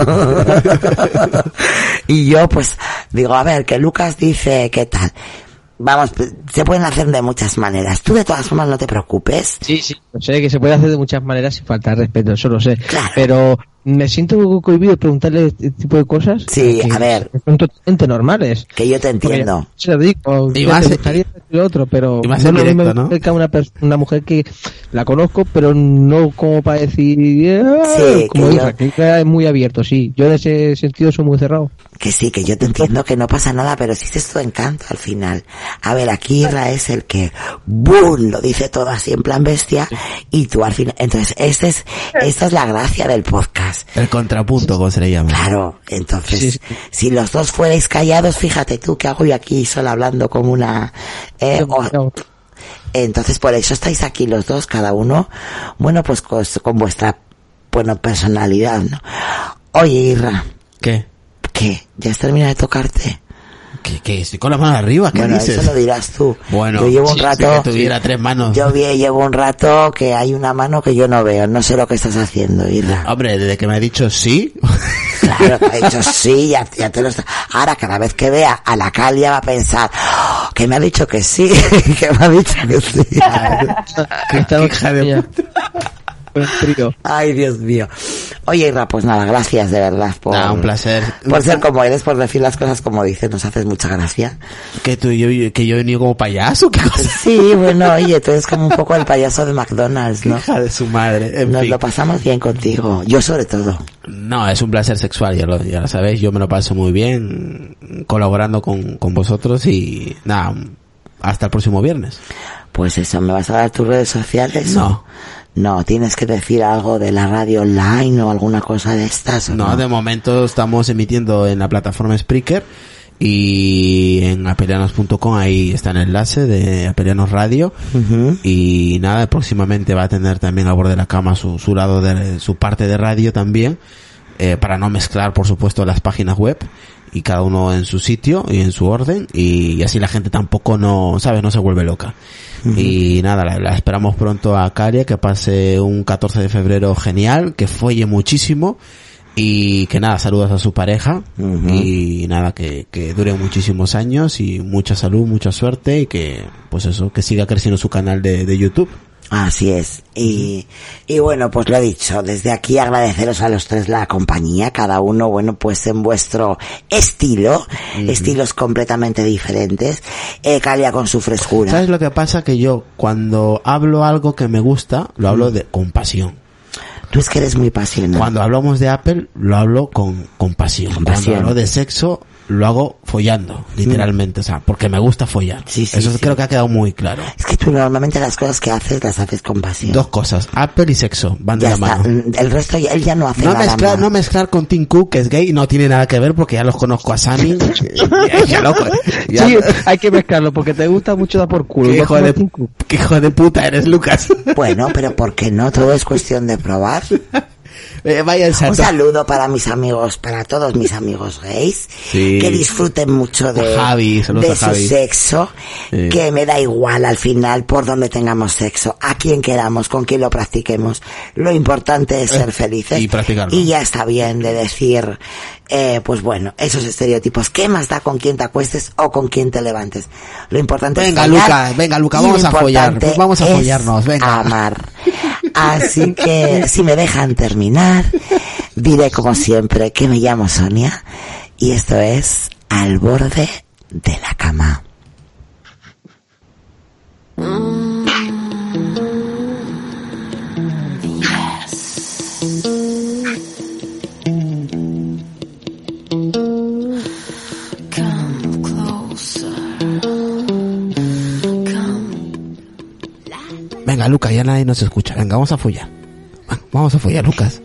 Y yo, pues, digo, a ver, que Lucas dice, ¿qué tal? Vamos, se pueden hacer de muchas maneras. Tú de todas formas no te preocupes. Sí, sí, lo sé que se puede hacer de muchas maneras sin faltar respeto, eso lo sé. Claro. Pero me siento un poco cohibido de preguntarle este tipo de cosas. Sí, a ver. Son totalmente normales. Que yo te entiendo. Se lo digo, Y y más- me gustaría decir lo otro, pero y más no en lo directo, mismo ¿no? me acerca una, pers- una mujer que la conozco, pero no como para decir, "Ah", Sí, como que Isra, yo- que Isra es muy abierto, sí. Yo en ese sentido soy muy cerrado. Que sí, que yo te entiendo que no pasa nada, pero sí es tu encanto al final. A ver, aquí Isra es el que ¡boom! Lo dice todo así en plan bestia, y tú al final, entonces este es, esta es la gracia del podcast. El contrapunto, como se le llama. Claro, entonces, Sí, sí. si los dos fuerais callados, fíjate tú que hago yo aquí sola hablando como una, eh, o- entonces por eso estáis aquí los dos, cada uno, bueno, pues con, con vuestra, bueno, personalidad, ¿no? Oye, Irra, ¿Qué? ¿qué? ¿Ya has terminado de tocarte? ¿Qué, qué? Estoy con la mano arriba, ¿qué Bueno, dices? eso lo dirás tú. Bueno, yo llevo un sí, rato, si que tuviera tres manos. yo vi- llevo un rato que hay una mano que yo no veo, no sé lo que estás haciendo, Irra. Hombre, desde que me ha dicho sí, Claro, te ha dicho sí, ya, ya te lo está. Ahora, cada vez que vea a la Calia va a pensar, "Oh, que me ha dicho que sí, que me ha dicho que sí". Esta hija de niña. Buen trío. Ay, Dios mío. Oye, Irra, pues nada, gracias de verdad por, nada, un placer. por ser como eres, por decir las cosas como dices, nos haces mucha gracia. Que tú y yo, que yo he venido como payaso, ¿qué cosa? Sí, bueno, oye, tú eres como un poco el payaso de McDonald's, ¿no? Hija de su madre. En Nos fin. lo pasamos bien contigo, yo sobre todo. No, es un placer sexual, ya lo, ya lo sabéis, yo me lo paso muy bien colaborando con, con vosotros y nada, hasta el próximo viernes. Pues eso, ¿me vas a dar tus redes sociales? No. No, tienes que decir algo de la radio online o alguna cosa de estas. ¿o No, de momento estamos emitiendo en la plataforma Spreaker y en apelianos punto com, ahí está el enlace de Apelianos Radio. Ujú. Y nada, próximamente va a tener también a borde de la cama su, su lado de, su parte de radio también, eh, para no mezclar por supuesto las páginas web y cada uno en su sitio y en su orden, y así la gente tampoco no, sabes, no se vuelve loca. Uh-huh. Y nada, la, la esperamos pronto a Calia, que pase un catorce de febrero genial, que folle muchísimo y que nada, saludos a su pareja. Uh-huh. Y nada, que, que dure muchísimos años y mucha salud, mucha suerte, y que pues eso, que siga creciendo su canal de, de YouTube. Así es. Y, y bueno, pues lo he dicho, desde aquí agradeceros a los tres la compañía, cada uno, bueno, pues en vuestro estilo, uh-huh. estilos completamente diferentes, eh, Calia con su frescura. ¿Sabes lo que pasa? Que yo, cuando hablo algo que me gusta, lo hablo de, con pasión. Tú es que eres muy pasional. Cuando hablamos de Apple, lo hablo con, con pasión. Con Cuando pasión. hablo de sexo, lo hago follando, literalmente, o sea, porque me gusta follar. Sí, sí, Eso sí. creo que ha quedado muy claro. Es que tú normalmente las cosas que haces las haces con pasión. Dos cosas, Apple y sexo, van Ya de la está. mano. El resto ya- él ya no hace No nada mezclar, más. no mezclar con Tim Cook, que es gay, no tiene nada que ver porque ya los conozco a Sammy. ya, ya lo- ya- Sí, hay que mezclarlo porque te gusta mucho dar por culo. ¿Qué No hijo, como de, Tim Cook. qué hijo de puta eres, Lucas. Bueno, pero ¿por qué no? Todo es cuestión de probar. eh, vaya el Un santo. saludo para mis amigos, para todos mis amigos gays, Sí. que disfruten mucho de, A Javi, saludos de a su Javi. sexo, Sí. que me da igual al final por donde tengamos sexo, a quién queramos, con quién lo practiquemos. Lo importante es ser felices. y practicarlo. Y ya está bien de decir, eh, pues bueno, esos estereotipos. ¿Qué más da con quién te acuestes o con quién te levantes? Lo importante Venga, es follar. Luca, venga, Luca, Y lo vamos a follar. importante Pues vamos a es follarnos, venga. amar. Así que, si me dejan terminar, diré como siempre que me llamo Sonia y esto es Al Borde de la Cama. Come closer. Come. Venga, Luca, ya nadie nos escucha. Venga, vamos a follar. Va, Vamos a follar, Lucas.